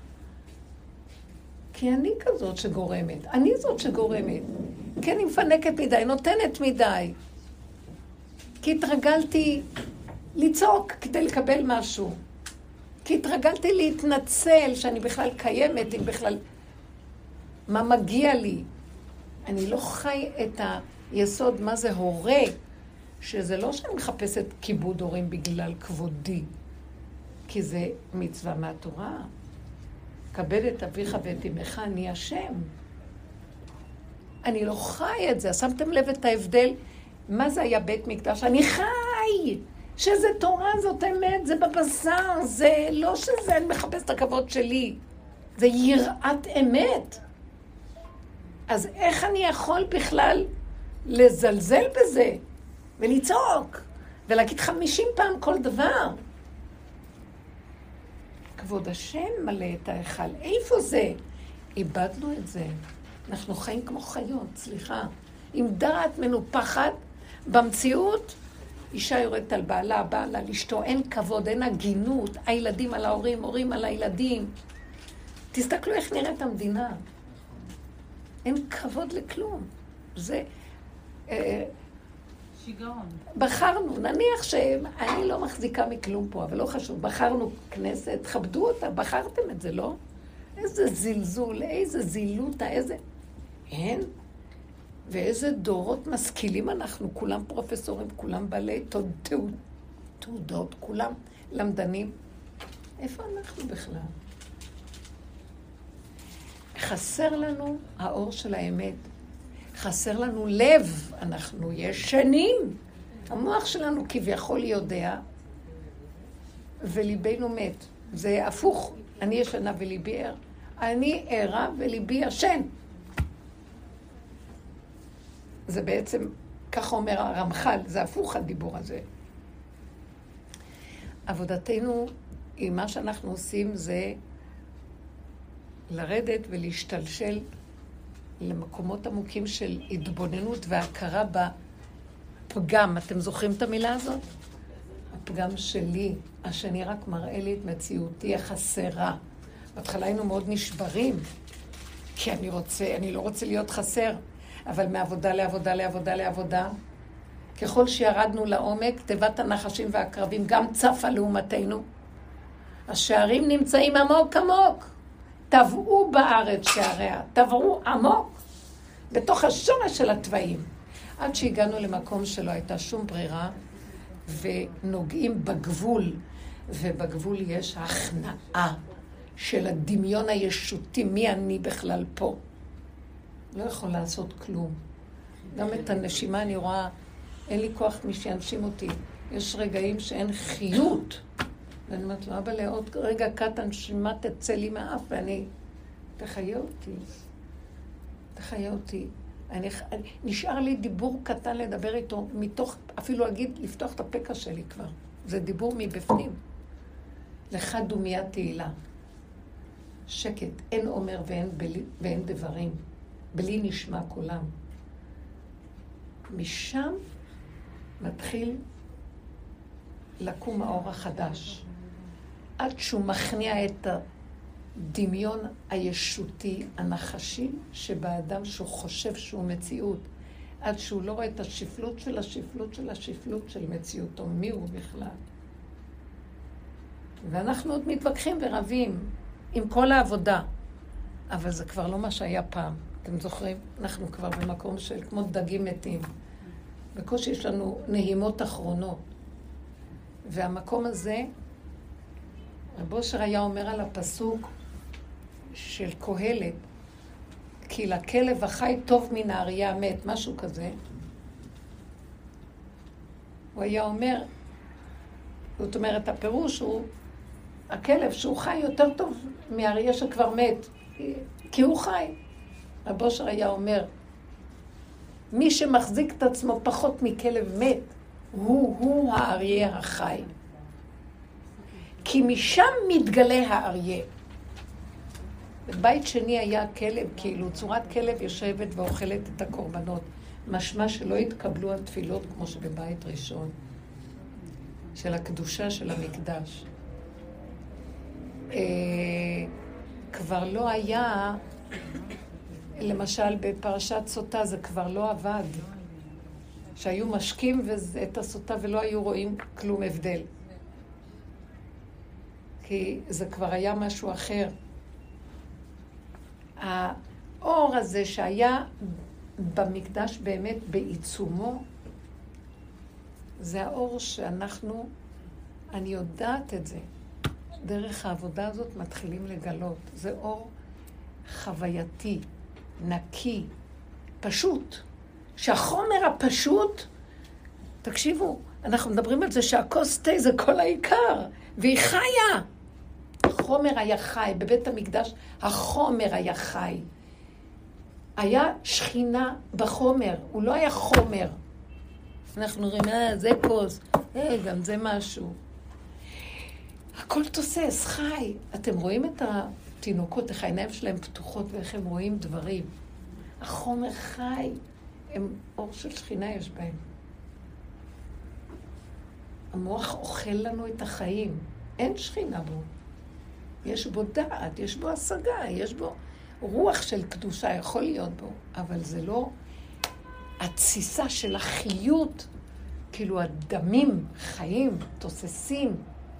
כי אני כזאת שגורמת, אני זאת שגורמת. כי אני מפנקת מדי, נותנת מדי. כי התרגלתי לצעוק כדי לקבל משהו. כי התרגלתי להתנצל שאני בכלל קיימת, אם בכלל מה מגיע לי. אני לא חי את היסוד מה זה הורה, שזה לא שאני מחפשת כיבוד הורים בגלל כבודי, כי זה מצווה מהתורה. כבד את אביך ואת אמך, אני השם. אני לא חי את זה. שמתם לב את ההבדל? מה זה היה בית מקדש? אני חי! שזה תורה, זאת אמת, זה בבשר, זה לא שזה, אני מחפש את הכבוד שלי. זה יראת אמת. אז איך אני יכול בכלל לזלזל בזה, ולצעוק, ולהגיד 50 פעם כל דבר? כבוד השם מלא את ההיכל. איפה זה? איבדנו את זה. אנחנו חיים כמו חיות, סליחה. עם דעת מנופחת, במציאות, אישה יורדת על בעלה, בעלה לאשתו, אין כבוד, אין הגינות, הילדים על ההורים, הורים על הילדים. תסתכלו איך נראית המדינה. אין כבוד לכלום. זה... שיגעון. בחרנו, נניח שאני לא מחזיקה מכלום פה, אבל לא חשוב, בחרנו כנסת, כבדו אותה, בחרתם את זה, לא? איזה זלזול, איזה זילותה, איזה... אין. ואיזה דורות משכילים אנחנו, כולם פרופסורים, כולם בעלי תעודות, כולם למדנים. איפה אנחנו בכלל? חסר לנו האור של האמת. חסר לנו לב. אנחנו ישנים. המוח שלנו כביכול יודע, וליבנו מת. זה הפוך. אני ישנה וליבי ער. אני ערה וליבי ישן. זה בעצם, ככה אומר הרמח"ל, זה הפוך הדיבור הזה. עבודתנו, עם מה שאנחנו עושים, זה לרדת ולהשתלשל למקומות עמוקים של התבוננות והכרה בפגם. אתם זוכרים את המילה הזאת? הפגם שלי, השני רק מראה לי את מציאותי החסרה. בהתחלה היינו מאוד נשברים, כי אני לא רוצה להיות חסר, אבל מעבודה לעבודה לעבודה לעבודה, ככל שירדנו לעומק, תיבת הנחשים והקרבים גם צפה לעומתנו. השערים נמצאים עמוק עמוק. טבעו בארץ שעריה, טבעו עמוק, בתוך השורש של הטבעים. עד שהגענו למקום שלא הייתה שום ברירה, ונוגעים בגבול, ובגבול יש הכנעה של הדמיון הישותי, מי אני בכלל פה. לא יכול לעשות כלום. גם את הנשימה אני רואה, אין לי כוח מי שינשים אותי. יש רגעים שאין חיות. ואני אומרת לו, אבא, לעוד רגע קטן נשימה תצא לי מהאף, ואני, תחיה אותי. תחיה אותי. נשאר לי דיבור קטן לדבר איתו, מתוך, אפילו אגיד, לפתוח את הפקע שלי כבר. זה דיבור מבפנים. לך דומיית תהילה. שקט, אין אומר ואין דברים. בלי נשמע כולם. משם מתחיל לקום האור החדש. עד שהוא מכניע את הדמיון הישותי, הנחשי, שבאדם שהוא חושב שהוא מציאות. עד שהוא לא רואה את השפלות של השפלות של השפלות של מציאותו. מי הוא בכלל? ואנחנו עוד מתווכחים ורבים עם כל העבודה. אבל זה כבר לא מה שהיה פעם. אתם זוכרים? אנחנו כבר במקום של כמו דגים מתים. בקושי יש לנו נהימות אחרונות. והמקום הזה, רב אושר היה אומר על הפסוק של קהלת, כי לכלב החי טוב מן האריה המת, משהו כזה. הוא היה אומר, זאת אומרת, הפירוש הוא, הכלב שהוא חי יותר טוב מהאריה שכבר מת, כי הוא חי. רב אושר היה אומר, מי שמחזיק את עצמו פחות מכלב מת, הוא האריה החי. כי משם מתגלה האריה. בבית שני היה כלב, כאילו צורת כלב יושבת ואוכלת את הקורבנות. משמע שלא התקבלו התפילות כמו שבבית ראשון, של הקדושה של המקדש. כבר לא היה, למשל בפרשת סוטה זה כבר לא עבד. שהיו משקים את הסוטה ולא היו רואים כלום הבדל. כי זה כבר היה משהו אחר. האור הזה שהיה במקדש באמת בעיצומו, זה האור שאנחנו, אני יודעת את זה, דרך העבודה הזאת מתחילים לגלות. זה אור חווייתי, נקי, פשוט. שהחומר הפשוט, תקשיבו, אנחנו מדברים על זה שהכוס תה זה כל העיקר, והיא חיה. החומר היה חי, בבית המקדש החומר היה חי. היה שכינה בחומר, הוא לא היה חומר. אנחנו רואים, זה כוס, גם זה משהו. הכל תוסס, חי. אתם רואים את התינוקות, איך העיניים שלהם פתוחות ואיך הם רואים דברים. החומר חי, הם אור של שכינה יש בהם. המוח אוכל לנו את החיים, אין שכינה בו. יש בו דעת, יש בו השגה, יש בו רוח של קדושה, יכול להיות בו, אבל זה לא התסיסה של החיות, כאילו הדמים חיים, תוססים.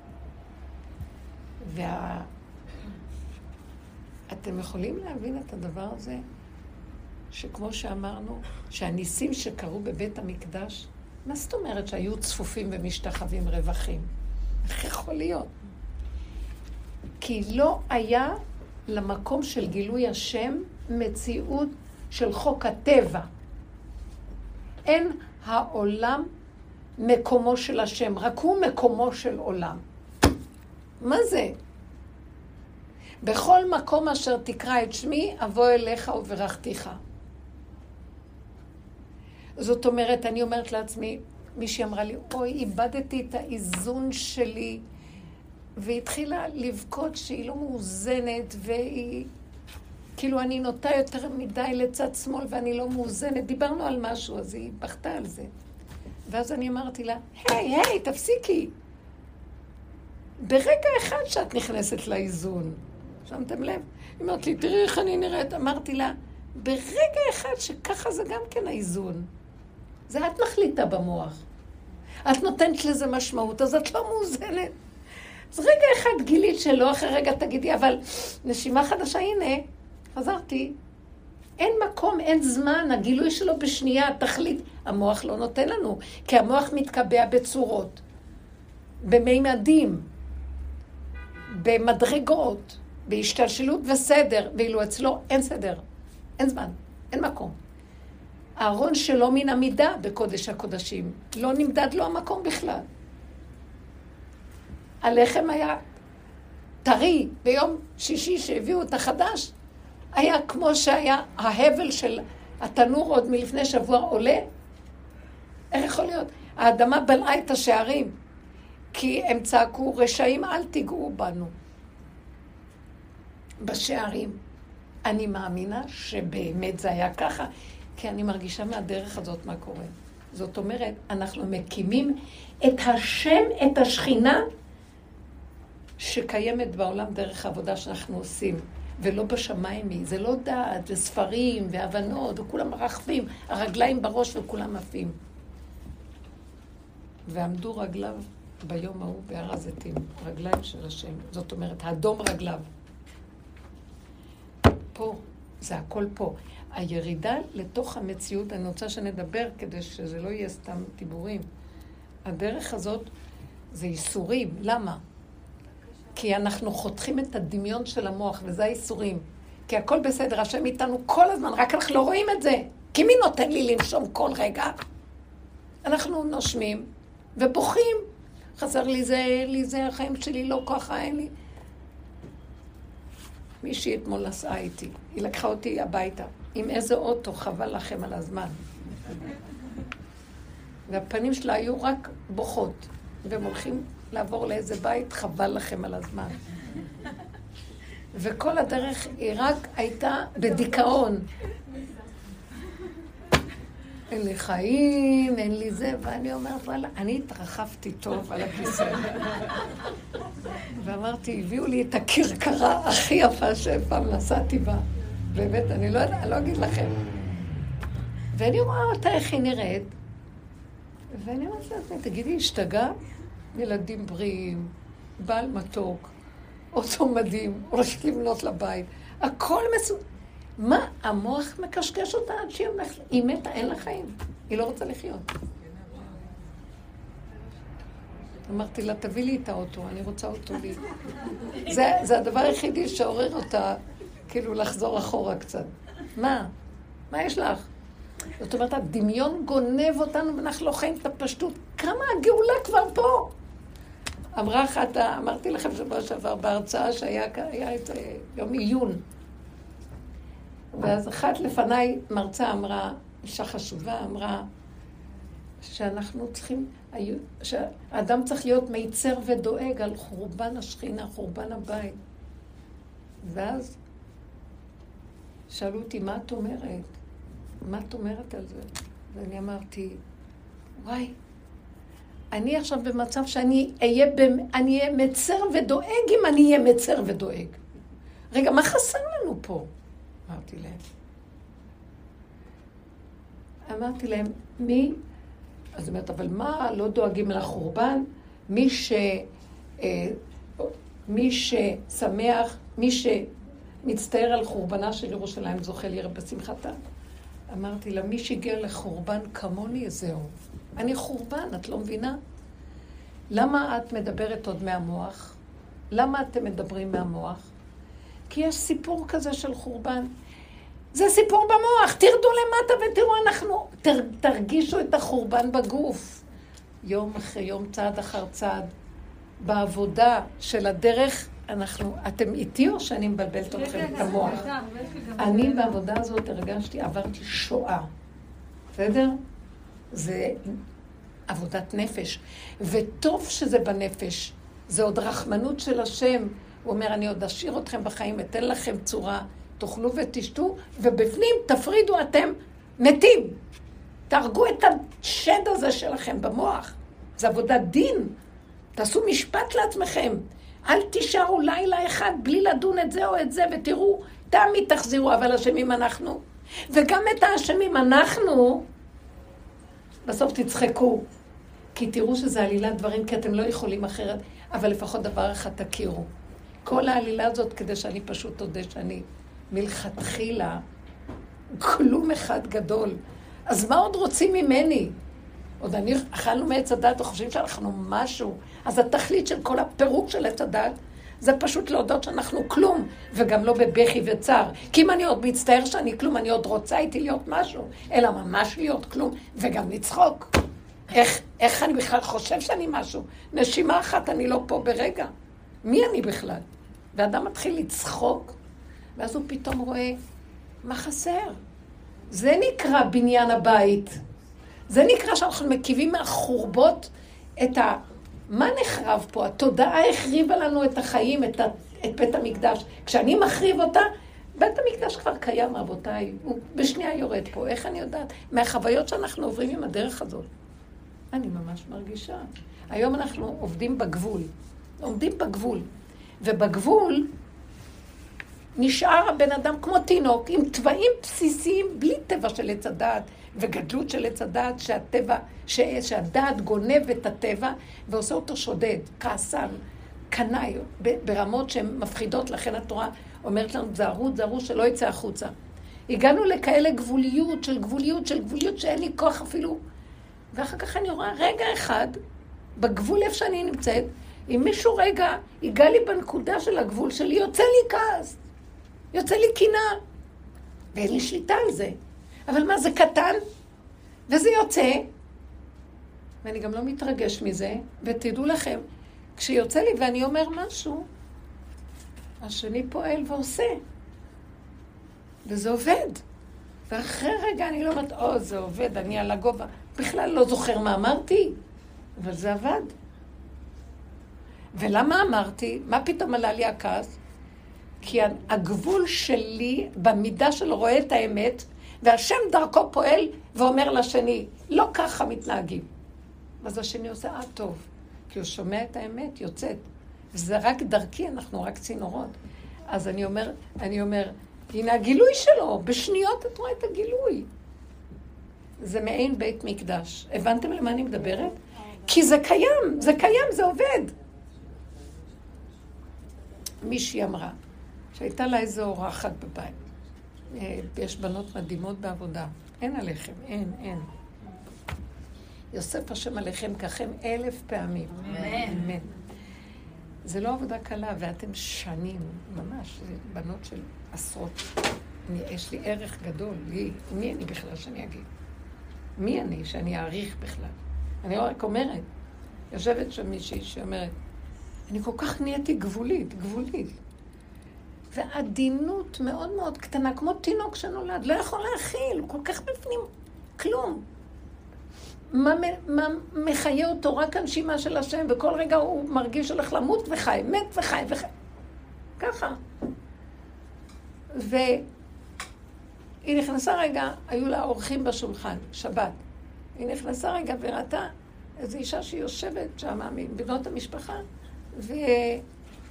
אתם יכולים להבין את הדבר הזה? שכמו שאמרנו, שהניסים שקרו בבית המקדש, מה זאת אומרת שהיו צפופים ומשתחווים רווחים? איך יכול להיות? כי לא היה למקום של גילוי השם מציאות של חוק הטבע. אין העולם מקומו של השם, רק הוא מקומו של עולם. מה זה? בכל מקום אשר תקרא את שמי, אבוא אליך וברכתיך. זאת אומרת, אני אומרת לעצמי, מישהי אמרה לי, אוי, איבדתי את האיזון שלי, והתחילה לבכות שהיא לא מאוזנת, והיא, כאילו אני נוטה יותר מדי לצד שמאל, ואני לא מאוזנת. דיברנו על משהו, אז היא בכתה על זה. ואז אני אמרתי לה, היי, תפסיקי. ברגע אחד שאת נכנסת לאיזון, שמתם לב? היא אמרת לי, תראי איך אני נראית. אמרתי לה, ברגע אחד שככה זה גם כן האיזון. זה את מחליטה במוח. את נותנת לזה משמעות, אז את לא מאוזנת. אז רגע אחד גילית שלא, אחרי רגע תגידי, אבל נשימה חדשה, הנה, חזרתי. אין מקום, אין זמן, הגילוי שלו בשנייה, תחליט. המוח לא נותן לנו, כי המוח מתקבע בצורות, במימדים, במדרגות, בהשתלשלות וסדר, ואילו אצלו אין סדר, אין זמן, אין מקום. הארון שלו מן המידה בקודש הקודשים, לא נמדד לו המקום בכלל. הלחם היה טרי ביום שישי שהביאו את החדש, היה כמו שהיה ההבל של התנור עוד מלפני שבוע עולה. איך יכול להיות? האדמה בלעה את השערים, כי הם צעקו, רשעים אל תיגעו בנו. בשערים. אני מאמינה שבאמת זה היה ככה, כי אני מרגישה מהדרך הזאת מה קורה. זאת אומרת, אנחנו מקימים את השם, את השכינה, שקיימת בעולם דרך העבודה שאנחנו עושים, ולא בשמיים היא. זה לא דעת, זה ספרים והבנות, וכולם מרחבים, הרגליים בראש וכולם עפים. ועמדו רגליו ביום ההוא בהר הזיתים, רגליים של השם. זאת אומרת, האדום רגליו. פה, זה הכל פה. הירידה לתוך המציאות, אני רוצה שנדבר כדי שזה לא יהיה סתם דיבורים. הדרך הזאת זה ייסורים. למה? כי אנחנו חותכים את הדמיון של המוח, וזה הייסורים. כי הכל בסדר, השם איתנו כל הזמן, רק אנחנו לא רואים את זה. כי מי נותן לי לנשום כל רגע? אנחנו נושמים ובוכים. חסר לי זה, החיים שלי לא ככה, אין לי. מישהי אתמול נסעה איתי, היא לקחה אותי הביתה. עם איזה אוטו, חבל לכם על הזמן. והפנים שלה היו רק בוכות, והם הולכים לעבור לאיזה בית, חבל לכם על הזמן. וכל הדרך היא רק הייתה בדיכאון. אין לי חיים, אין לי זה, ואני אומרת, וואלה, אני התרחבתי טוב על הכיסא. ואמרתי, הביאו לי את הכרכרה הכי יפה שפעם נסעתי בה. באמת, אני לא יודע, אני לא אגיד לכם. ואני רואה אותה איך היא נראית, ואני אומרת לעצמי, תגידי, השתגע? ילדים בריאים, בעל מתוק, אוטו מדהים, הולכת לבנות לבית, הכל מסוג... מה? המוח מקשקש אותה עד שהיא הולכת, היא מתה, אין לה חיים, היא לא רוצה לחיות. אמרתי לה, תביא לי את האוטו, אני רוצה אותו לי. זה הדבר היחידי שעורר אותה, כאילו לחזור אחורה קצת. מה? מה יש לך? זאת אומרת, הדמיון גונב אותנו ואנחנו לא חיים את הפשטות. כמה הגאולה כבר פה? אמרה אחת, אמרתי לכם שבוע שעבר בהרצאה שהיה את יום עיון. ואז אחת לפניי מרצה אמרה, אישה חשובה, אמרה שאנחנו צריכים, שהאדם צריך להיות מיצר ודואג על חורבן השכינה, חורבן הבית. ואז שאלו אותי, מה את אומרת? מה את אומרת על זה? ואני אמרתי, וואי, אני עכשיו במצב שאני אהיה מצר ודואג אם אני אהיה מצר ודואג. רגע, מה חסר לנו פה? אמרתי להם, מי? אז אומרת, אבל מה, לא דואגים לחורבן? מי ששמח, מי שמצטער על חורבנה של ירושלים זוכה לראות בשמחתה. אמרתי לה, מי שהגיע לחורבן כמוני, זהו. אני חורבן, את לא מבינה? למה את מדברת עוד מהמוח? למה אתם מדברים מהמוח? כי יש סיפור כזה של חורבן. זה סיפור במוח, תרדו למטה ותראו אנחנו, תרגישו את החורבן בגוף. יום אחרי יום, צעד אחר צעד, בעבודה של הדרך, אתם איתי או שאני מבלבלת אתכם את המוח? אני בעבודה הזאת הרגשתי, עברתי שואה. בסדר? זה עבודת נפש. וטוב שזה בנפש. זה עוד רחמנות של השם. הוא אומר, אני עוד אשאיר אתכם בחיים, אתן לכם צורה, תאכלו ותשתו, ובפנים תפרידו אתם מתים. תהרגו את השד הזה שלכם במוח. זה עבודת דין. תעשו משפט לעצמכם. אל תישארו לילה אחד בלי לדון את זה או את זה, ותראו, תמיד תחזירו, אבל אשמים אנחנו. וגם את האשמים אנחנו, בסוף תצחקו. כי תראו שזה עלילת דברים, כי אתם לא יכולים אחרת, אבל לפחות דבר אחד תכירו. כל העלילה הזאת כדי שאני פשוט תודה שאני מלכתחילה כלום אחד גדול. אז מה עוד רוצים ממני? עוד אכלנו מעץ הדת וחושבים שאנחנו משהו. אז התכלית של כל הפירוק של עץ הדת זה פשוט להודות שאנחנו כלום, וגם לא בבכי וצער. כי אם אני עוד מצטער שאני כלום, אני עוד רוצה איתי להיות משהו, אלא ממש להיות כלום, וגם לצחוק. איך אני בכלל חושב שאני משהו? נשימה אחת, אני לא פה ברגע. מי אני בכלל? ואדם מתחיל לצחוק, ואז הוא פתאום רואה מה חסר. זה נקרא בניין הבית. זה נקרא שאנחנו מקיבים מהחורבות מה נחרב פה? התודעה החריבה לנו את החיים, את בית המקדש. כשאני מחריב אותה, בית המקדש כבר קיים, רבותיי. הוא בשנייה יורד פה. איך אני יודעת? מהחוויות שאנחנו עוברים עם הדרך הזאת. אני ממש מרגישה. היום אנחנו עובדים בגבול. עומדים בגבול. ובגבול נשאר הבן אדם כמו תינוק, עם טבעים בסיסיים, בלי טבע של עץ הדעת, וגדלות של עץ הדעת, שהדעת גונב את הטבע, ועושה אותו שודד, כעסן, קנאי, ברמות שהן מפחידות, לכן התורה אומרת לנו, זהרו שלא יצא החוצה. הגענו לכאלה גבוליות, שאין לי כוח אפילו. ואחר כך אני רואה רגע אחד, בגבול איפה שאני נמצאת, אם מישהו רגע ייגע לי בנקודה של הגבול שלי, יוצא לי כעס, יוצא לי קינה, ואין לי שליטה על זה. אבל מה, זה קטן, וזה יוצא, ואני גם לא מתרגש מזה, ותדעו לכם, כשיוצא לי ואני אומר משהו, השני פועל ועושה, וזה עובד. ואחרי רגע אני לא אומרת, זה עובד, אני על הגובה, בכלל לא זוכר מה אמרתי, אבל זה עבד. ולמה אמרתי? מה פתאום עלה לי הכעס? כי הגבול שלי, במידה שלו רואה את האמת, והשם דרכו פועל ואומר לשני, לא ככה מתנהגים. אז השני עושה, טוב, כי הוא שומע את האמת, יוצאת. וזה רק דרכי, אנחנו רק צינורות. אז אני אומר, הנה הגילוי שלו, בשניות את רואה את הגילוי. זה מעין בית מקדש. הבנתם למה אני מדברת? כי זה קיים, זה עובד. מישהי אמרה, שהייתה לה איזו אורחת בבית. יש בנות מדהימות בעבודה. אין עליכם, אין. יוסף השם עליכם ככם 1000 פעמים. אמן. זה לא עבודה קלה, ואתם שנים, ממש, זה בנות של עשרות. יש לי ערך גדול, מי אני בכלל שאני אגיד? מי אני שאני אעריך בכלל? אני רק אומרת, יושבת שם מישהי שאומרת, אני כל כך נהייתי גבולית. ועדינות מאוד מאוד קטנה, כמו תינוק שנולד, לא יכול להכיל, הוא כל כך בפנים, כלום. מה מחיה אותו? רק הנשימה של השם, וכל רגע הוא מרגיש הולך למות וחי, מת וחי. ככה. והיא נכנסה רגע, היו לה אורחים בשולחן, שבת. היא נכנסה רגע וראתה איזו אישה שהיא יושבת שם, מבנות המשפחה, והיא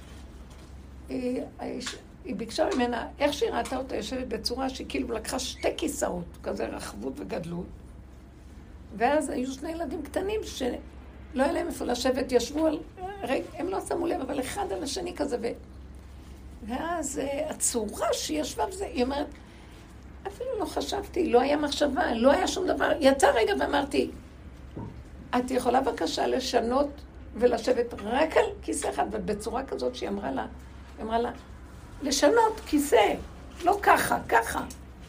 ביקשה ממנה, איך שהיא ראתה אותה יושבת בצורה שהיא כאילו לקחה 2 כיסאות, כזה רחבות וגדלות. ואז היו 2 ילדים קטנים שלא היה להם איפה לשבת, ישבו על... הם לא שמו לב, אבל אחד על השני כזה. ואז הצורה שהיא ישבה בזה, היא אומרת, אפילו לא חשבתי, לא היה מחשבה, לא היה שום דבר. יצא רגע ואמרתי, את יכולה בבקשה לשנות ולשבת רק על כיסא אחד, ובצורה כזאת שהיא אמרה לה, לשנות כיסא, לא ככה, ככה.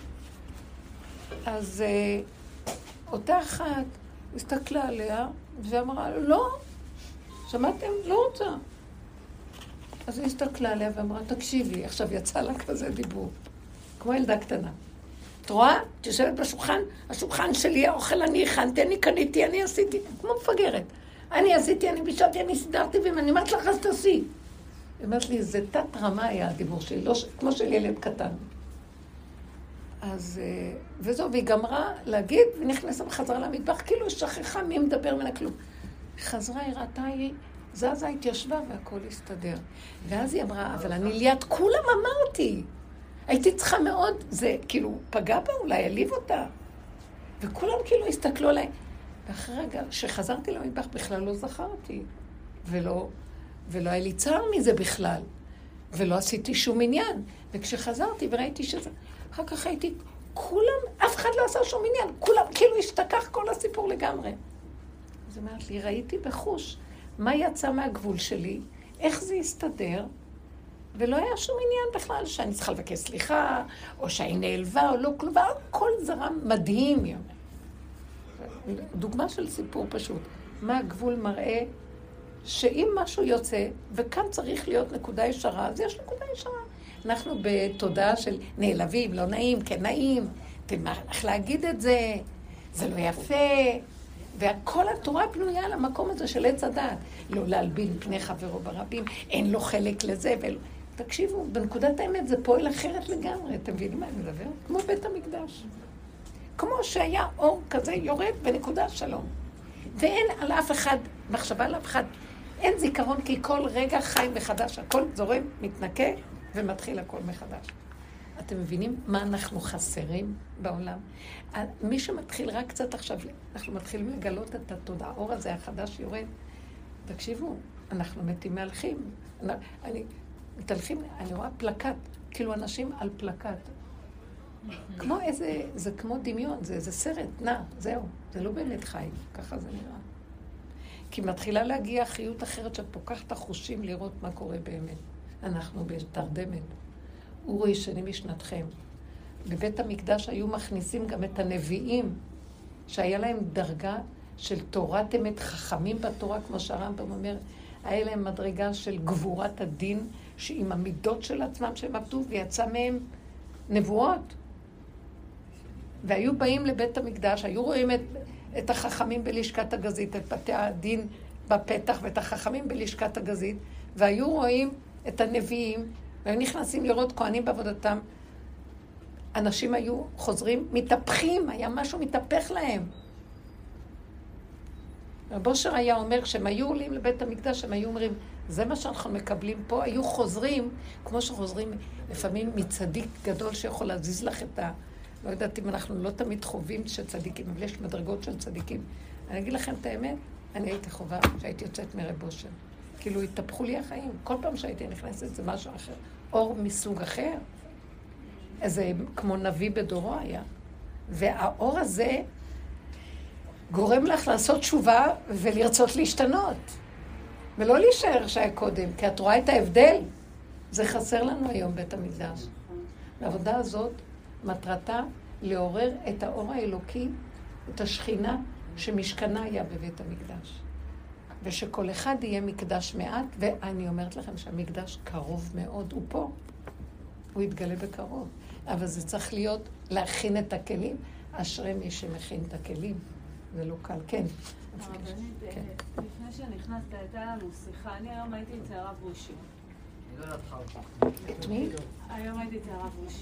אז אותה אחת הסתכלה עליה ואמרה, לא, שמעתם? לא רוצה. אז היא הסתכלה עליה ואמרה, תקשיבי, עכשיו יצא לה כזה דיבור, כמו ילדה קטנה. את רואה? תשבת בשולחן, השולחן שלי, האוכל אני הכנתי, אני קניתי, אני עשיתי, כמו מפגרת. אני עשיתי, אני בישלתי, אני סידרתי, ואני אומרת לך, אז תעשי. היא אומרת לי, זה תת רמה היה הדיבור שלי, לא, כמו של ילד קטן. אז, וזהו, והיא גמרה להגיד, ונכנסה בחזרה למטבח, כאילו היא שכחה מי מדבר ממנה כלום. חזרה, היא ראתה, היא זזה, התיישבה, והכל הסתדר. ואז היא אמרה, אבל אני ליד כולם אמרתי. הייתי צריכה מאוד, זה כאילו פגע בה אולי, העליב אותה. וכולם כאילו הסתכלו עליי. ואחרי רגע, שחזרתי למטבח בכלל לא זכרתי. ולא היה לי צער מזה בכלל. ולא עשיתי שום עניין. וכשחזרתי וראיתי שזה... אחר כך הייתי, כולם, אף אחד לא עשה שום עניין. כולם, כאילו השתכח כל הסיפור לגמרי. אז אמרת לי, ראיתי בחוש מה יצא מהגבול שלי, איך זה הסתדר, ולא היה שום עניין בכלל שאני צריכה לבקש סליחה, או שאני נעלבה, או לא כלום, כל זרם מדהים. דוגמה של סיפור פשוט. מה הגבול מראה שאם משהו יוצא, וכאן צריך להיות נקודה ישרה, אז יש נקודה ישרה. אנחנו בתודעה של נעלבים, לא נעים, כן נעים, איך להגיד את זה, זה לא יפה, וכל התורה בנויה על המקום הזה של עץ הדעת, לא להלבין פני חברו ברבים, אין לו חלק לזה, תקשיבו, בנקודת האמת זה פועל אחרת לגמרי, אתם מבינים מה אני מדבר? כמו בית המקדש. כמו שהיה אור כזה יורד בנקודה שלום. ואין על אף אחד, מחשבה על אף אחד, אין זיכרון כי כל רגע חי מחדש, הכל זורם, מתנקה ומתחיל הכל מחדש. אתם מבינים מה אנחנו חסרים בעולם? מי שמתחיל רק קצת עכשיו, אנחנו מתחילים לגלות את התודעה, האור הזה החדש יורד. תקשיבו, אנחנו מתים מהלכים. מתהלכים, אני רואה פלקט, כאילו אנשים על פלקט. כמו איזה, זה כמו דמיון, זה איזה סרט, זהו, זה לא באמת חי, ככה זה נראה. כי מתחילה להגיע חיות אחרת שאת פוקחת החושים לראות מה קורה באמת. אנחנו בתרדמת. אורי שני משנתכם. בבית המקדש היו מכניסים גם את הנביאים, שהיה להם דרגה של תורת אמת, חכמים בתורה, כמו שהרמב"ם אומר, היה להם מדרגה של גבורת הדין, שעם המידות של עצמם שהם עבדו, ויצא מהם נבואות. והיו באים לבית המקדש, היו רואים את החכמים בלשכת הגזית, את בתי הדין בפתח, ואת החכמים בלשכת הגזית, והיו רואים את הנביאים, והיו נכנסים לראות כהנים בעבודתם. אנשים היו חוזרים, מתהפכים, היה משהו מתהפך להם. רב אושר היה אומר, כשהם היו עולים לבית המקדש, הם היו אומרים, זה מה שאנחנו מקבלים פה, היו חוזרים, כמו שחוזרים לפעמים מצדיק גדול שיכול להזיז לך את ה... לא יודעת אם אנחנו לא תמיד חווים שצדיקים, אבל יש מדרגות של צדיקים. אני אגיד לכם את האמת, אני הייתי חובה שהייתי יוצאת מרב אושר. כאילו התהפכו לי החיים. כל פעם שהייתי נכנסת זה משהו אחר. אור מסוג אחר. איזה כמו נביא בדורו היה. והאור הזה גורם לך לעשות תשובה ולרצות להשתנות. ולא להישאר שהיה קודם, כי את רואה את ההבדל. זה חסר לנו היום בית המקדש. העבודה הזאת מטרתה לעורר את האור האלוקי, את השכינה שמשכנה היה בבית המקדש. ושכל אחד יהיה מקדש מעט, ואני אומרת לכם שהמקדש קרוב מאוד, הוא פה. הוא יתגלה בקרוב. אבל זה צריך להיות להכין את הכלים. אשרי מי שמכין את הכלים. זה לא קל. כן. הרבנית, לפני שנכנסת, הייתה לנו שיחה. אני היום הייתי אצל הרב רושי. את מי? היום הייתי אצל הרב רושי.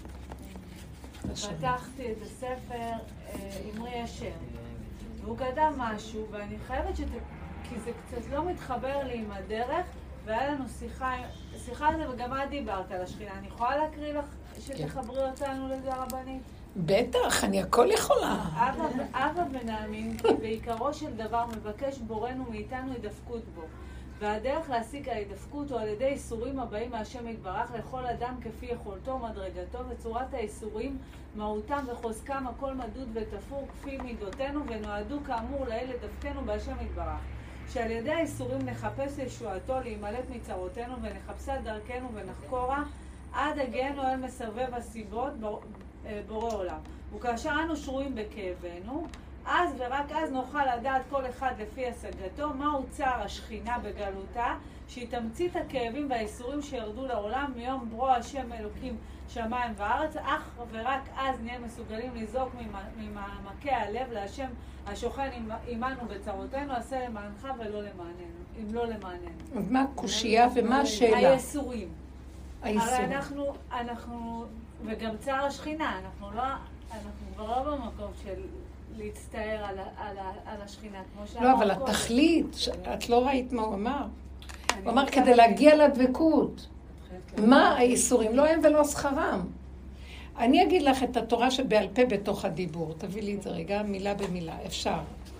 פתחתי את הספר אמרי השם. והוא כתב משהו, ואני חייבת כי זה קצת לא מתחבר לי עם הדרך, והיה לנו שיחה על זה, וגם את דיברת על השכינה. אני יכולה להקריא לך שתחברי אותנו לזה הרבנית? בטח, אני הכל יכולה. אבא ונאמין, כי בעיקרו של דבר מבקש בורנו מאיתנו הדפקות בו. והדרך להשיג ההידפקות הוא על ידי איסורים הבאים מהשם יתברך לכל אדם כפי יכולתו ומדרגתו, וצורת האיסורים, מהותם וחוזקם, הכל מדוד ותפור כפי מידותינו, ונועדו כאמור לאל לדפקנו בהשם יתברך. שעל ידי האיסורים נחפש ישועתו, להימלט מצרותינו, ונחפשה דרכנו ונחקורה, עד הגענו אל מסרבב הסיבות בורא עולם. וכאשר אנו שרויים בכאבנו, אז ורק אז נוכל לדעת כל אחד לפי השגתו מהו צער השכינה בגלותה, שהיא תמצית הכאבים והאיסורים שירדו לעולם מיום ברוא השם אלוקים שמיים וארץ, אך ורק אז נהיה מסוגלים לזעוק ממעמקי הלב להשם השוכן עמנו בצרותינו, עשה למענך ולא למעננו, אם לא למעננו. אז מה הקושייה ומה השאלה? האיסורים. הרי אנחנו, וגם צער השכינה, אנחנו כבר לא במקום של להצטער על השכינה, כמו שאמר. לא, אבל התכלית, את לא ראית מה הוא אמר. הוא אמר כדי להגיע לדבקות. מה האיסורים? לא הם ולא שכרם. אני אגיד לך את התורה שבעל פה בתוך הדיבור. תביא לי את זה רגע, מילה במילה. אפשר.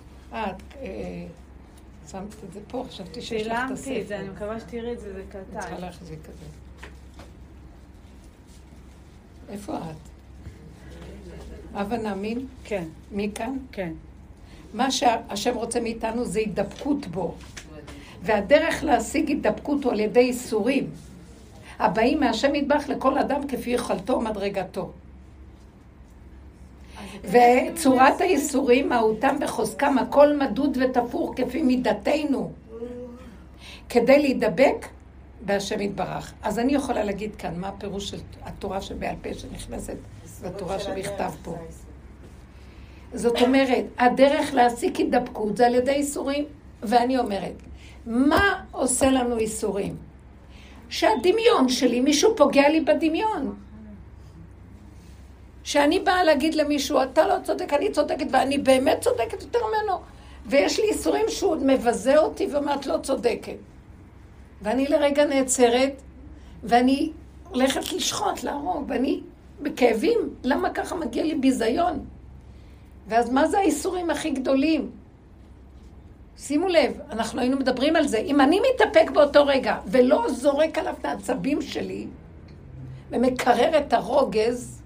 שמת את זה פה, חשבתי שיש לך את הספר. צילמתי את זה, אני מקווה שתראי את זה, זה קטן. אני צריכה להחזיק את זה. איפה את? אבא נאמין? כן. מי כאן? כן. מה שהשם רוצה מאיתנו זה הידבקות בו. והדרך להשיג הידבקות הוא על ידי איסורים. הבאים מהשם יתברך לכל אדם כפי יכולתו ומדרגתו. וצורת האיסורים, מהותם וחוזקם, הכל מדוד ותפור כפי מידתנו. כדי להידבק בהשם יתברך. אז אני יכולה להגיד כאן מה הפירוש של התורה שבעל פה שנכנסת לתורה שבכתב פה. זאת אומרת, הדרך להשיג הידבקות זה על ידי איסורים. ואני אומרת, מה עושה לנו איסורים? שהדמיון שלי, מישהו פוגע לי בדמיון. שאני באה להגיד למישהו, אתה לא צודק, אני צודקת, ואני באמת צודקת יותר ממנו. ויש לי איסורים שהוא מבזה אותי ואומרת לא צודקת. ואני לרגע נעצרת, ואני הולכת לשחוט, להרוג, ואני בכאבים. למה ככה מגיע לי ביזיון? ואז מה זה האיסורים הכי גדולים? שימו לב, אנחנו היינו מדברים על זה. אם אני מתאפק באותו רגע, ולא זורק עליו את העצבים שלי, ומקרר את הרוגז,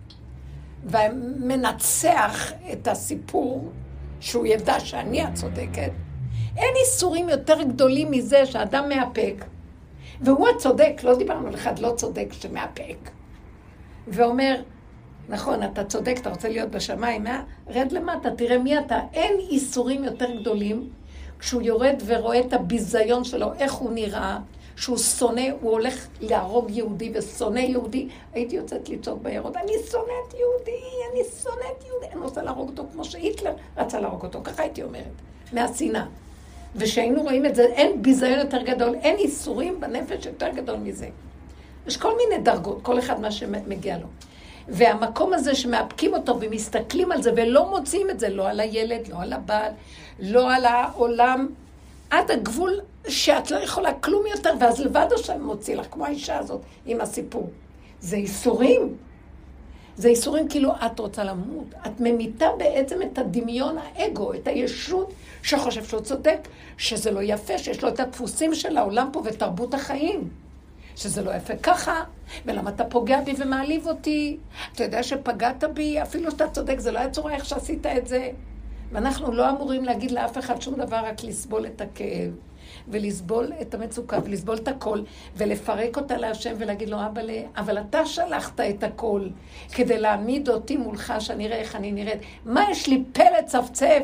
ומנצח את הסיפור, שהוא ידע שאני הצודקת, אין איסורים יותר גדולים מזה שאדם מאפק, והוא הצודק, לא דיברנו על אחד לא צודק שמאפק, ואומר, נכון, אתה צודק, אתה רוצה להיות בשמיים, רד למטה, תראה מי אתה. אין איסורים יותר גדולים, כשהוא יורד ורואה את הביזיון שלו, איך הוא נראה, שהוא שונא, הוא הולך להרוג יהודי ושונא יהודי. הייתי יוצאת לצעוק ביערות, אני שונאת יהודי, אני שונאת יהודי. אני רוצה להרוג אותו כמו שהיטלר רצה להרוג אותו, ככה הייתי אומרת, מהשנאה. ושהיינו רואים את זה, אין ביזיון יותר גדול, אין איסורים בנפש יותר גדול מזה. יש כל מיני דרגות, כל אחד מה שמגיע לו. והמקום הזה שמאפקים אותו ומסתכלים על זה ולא מוצאים את זה, לא על הילד, לא על הבעל, לא על העולם, עד הגבול שאת לא יכולה כלום יותר, ואז לבד השם מוציא לך, כמו האישה הזאת עם הסיפור. זה איסורים. זה איסורים כאילו את רוצה למות. את ממיתה בעצם את הדמיון האגו, את הישות שחושב שהוא צודק, שזה לא יפה, שיש לו את הדפוסים של העולם פה ותרבות החיים. שזה לא יפה ככה, ולמה אתה פוגע בי ומעליב אותי? אתה יודע שפגעת בי, אפילו שאתה צודק, זה לא היה צורה איך שעשית את זה. ואנחנו לא אמורים להגיד לאף אחד שום דבר, רק לסבול את הכאב, ולסבול את המצוקה, ולסבול את הכל, ולפרק אותה להשם ולהגיד לו, אבל אתה שלחת את הכל, כדי להעמיד אותי מולך, שאני אראה איך אני נראית. מה יש לי פה לצפצף?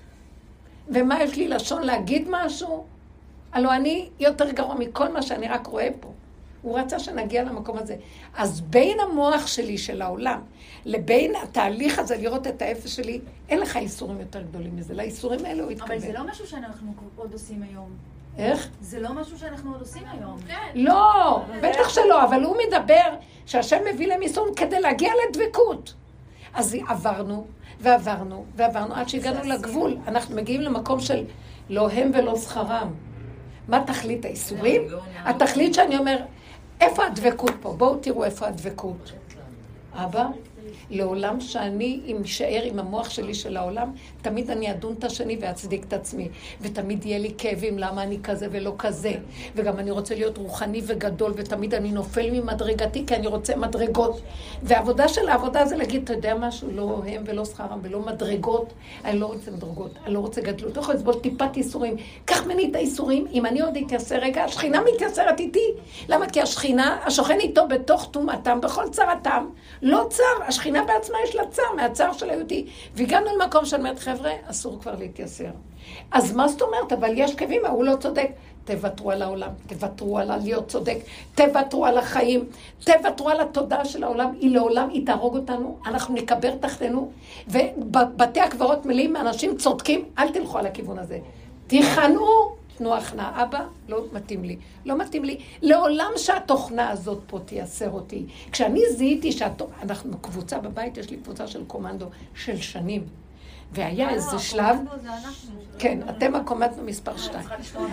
ומה יש לי לשון להגיד משהו? הלוא אני יותר גרוע מכל מה שאני רק רואה פה. הוא רצה שנגיע למקום הזה. אז בין המוח שלי של העולם, לבין התהליך הזה לראות את האפס שלי, אין לך איסורים יותר גדולים מזה. לאיסורים האלה הוא התקבל. אבל זה לא משהו שאנחנו עוד עושים היום. איך? זה לא משהו שאנחנו עוד עושים היום. לא, בטח שלא, אבל הוא מדבר שהשם מביא להם איסורים כדי להגיע לדבקות. אז עברנו, ועברנו, ועברנו, עד שהגענו לגבול. אנחנו מגיעים למקום של לא הם ולא שכרם. מה תכלית האיסורים? התכלית שאני אומר, איפה הדבקות פה? בואו תראו איפה הדבקות. אבא, לעולם שאני אשאר עם המוח שלי של העולם, תמיד אני אדון את השני ואצדיק את עצמי. ותמיד יהיה לי כאבים למה אני כזה ולא כזה. וגם אני רוצה להיות רוחני וגדול, ותמיד אני נופל ממדרגתי כי אני רוצה מדרגות. והעבודה של העבודה זה להגיד, אתה יודע משהו? לא הם ולא שכרם ולא מדרגות. אני לא רוצה מדרגות, אני לא רוצה גדלות. לא יכול לסבול טיפת איסורים. קח ממני את האיסורים, אם אני עוד אתייסר רגע, השכינה מתייסרת איתי. למה? כי השכינה, השוכן איתו בתוך תומתם, בכל צרתם. לא צר, השכינה בעצמה יש לה צר, מהצער של היהודי. והגענו למקום שאני אומרת, חבר'ה, אסור כבר להתייסר. אז מה זאת אומרת? אבל יש כאבים, הוא לא צודק. תוותרו על העולם, תוותרו על להיות צודק, תוותרו על החיים, תוותרו על התודעה של העולם, היא לעולם, היא תהרוג אותנו, אנחנו נקבר תחתנו, ובבתי הקברות מלאים מאנשים צודקים, אל תלכו על הכיוון הזה. תיכנעו, תנו הכנעה. אבא, לא מתאים לי, לא מתאים לי. לעולם שהתוכנה הזאת פה תייסר אותי. כשאני זיהיתי אנחנו קבוצה בבית, יש לי קבוצה של קומנדו של שנים. והיה איזה שלב, כן, אתם הקומנדו מספר 2.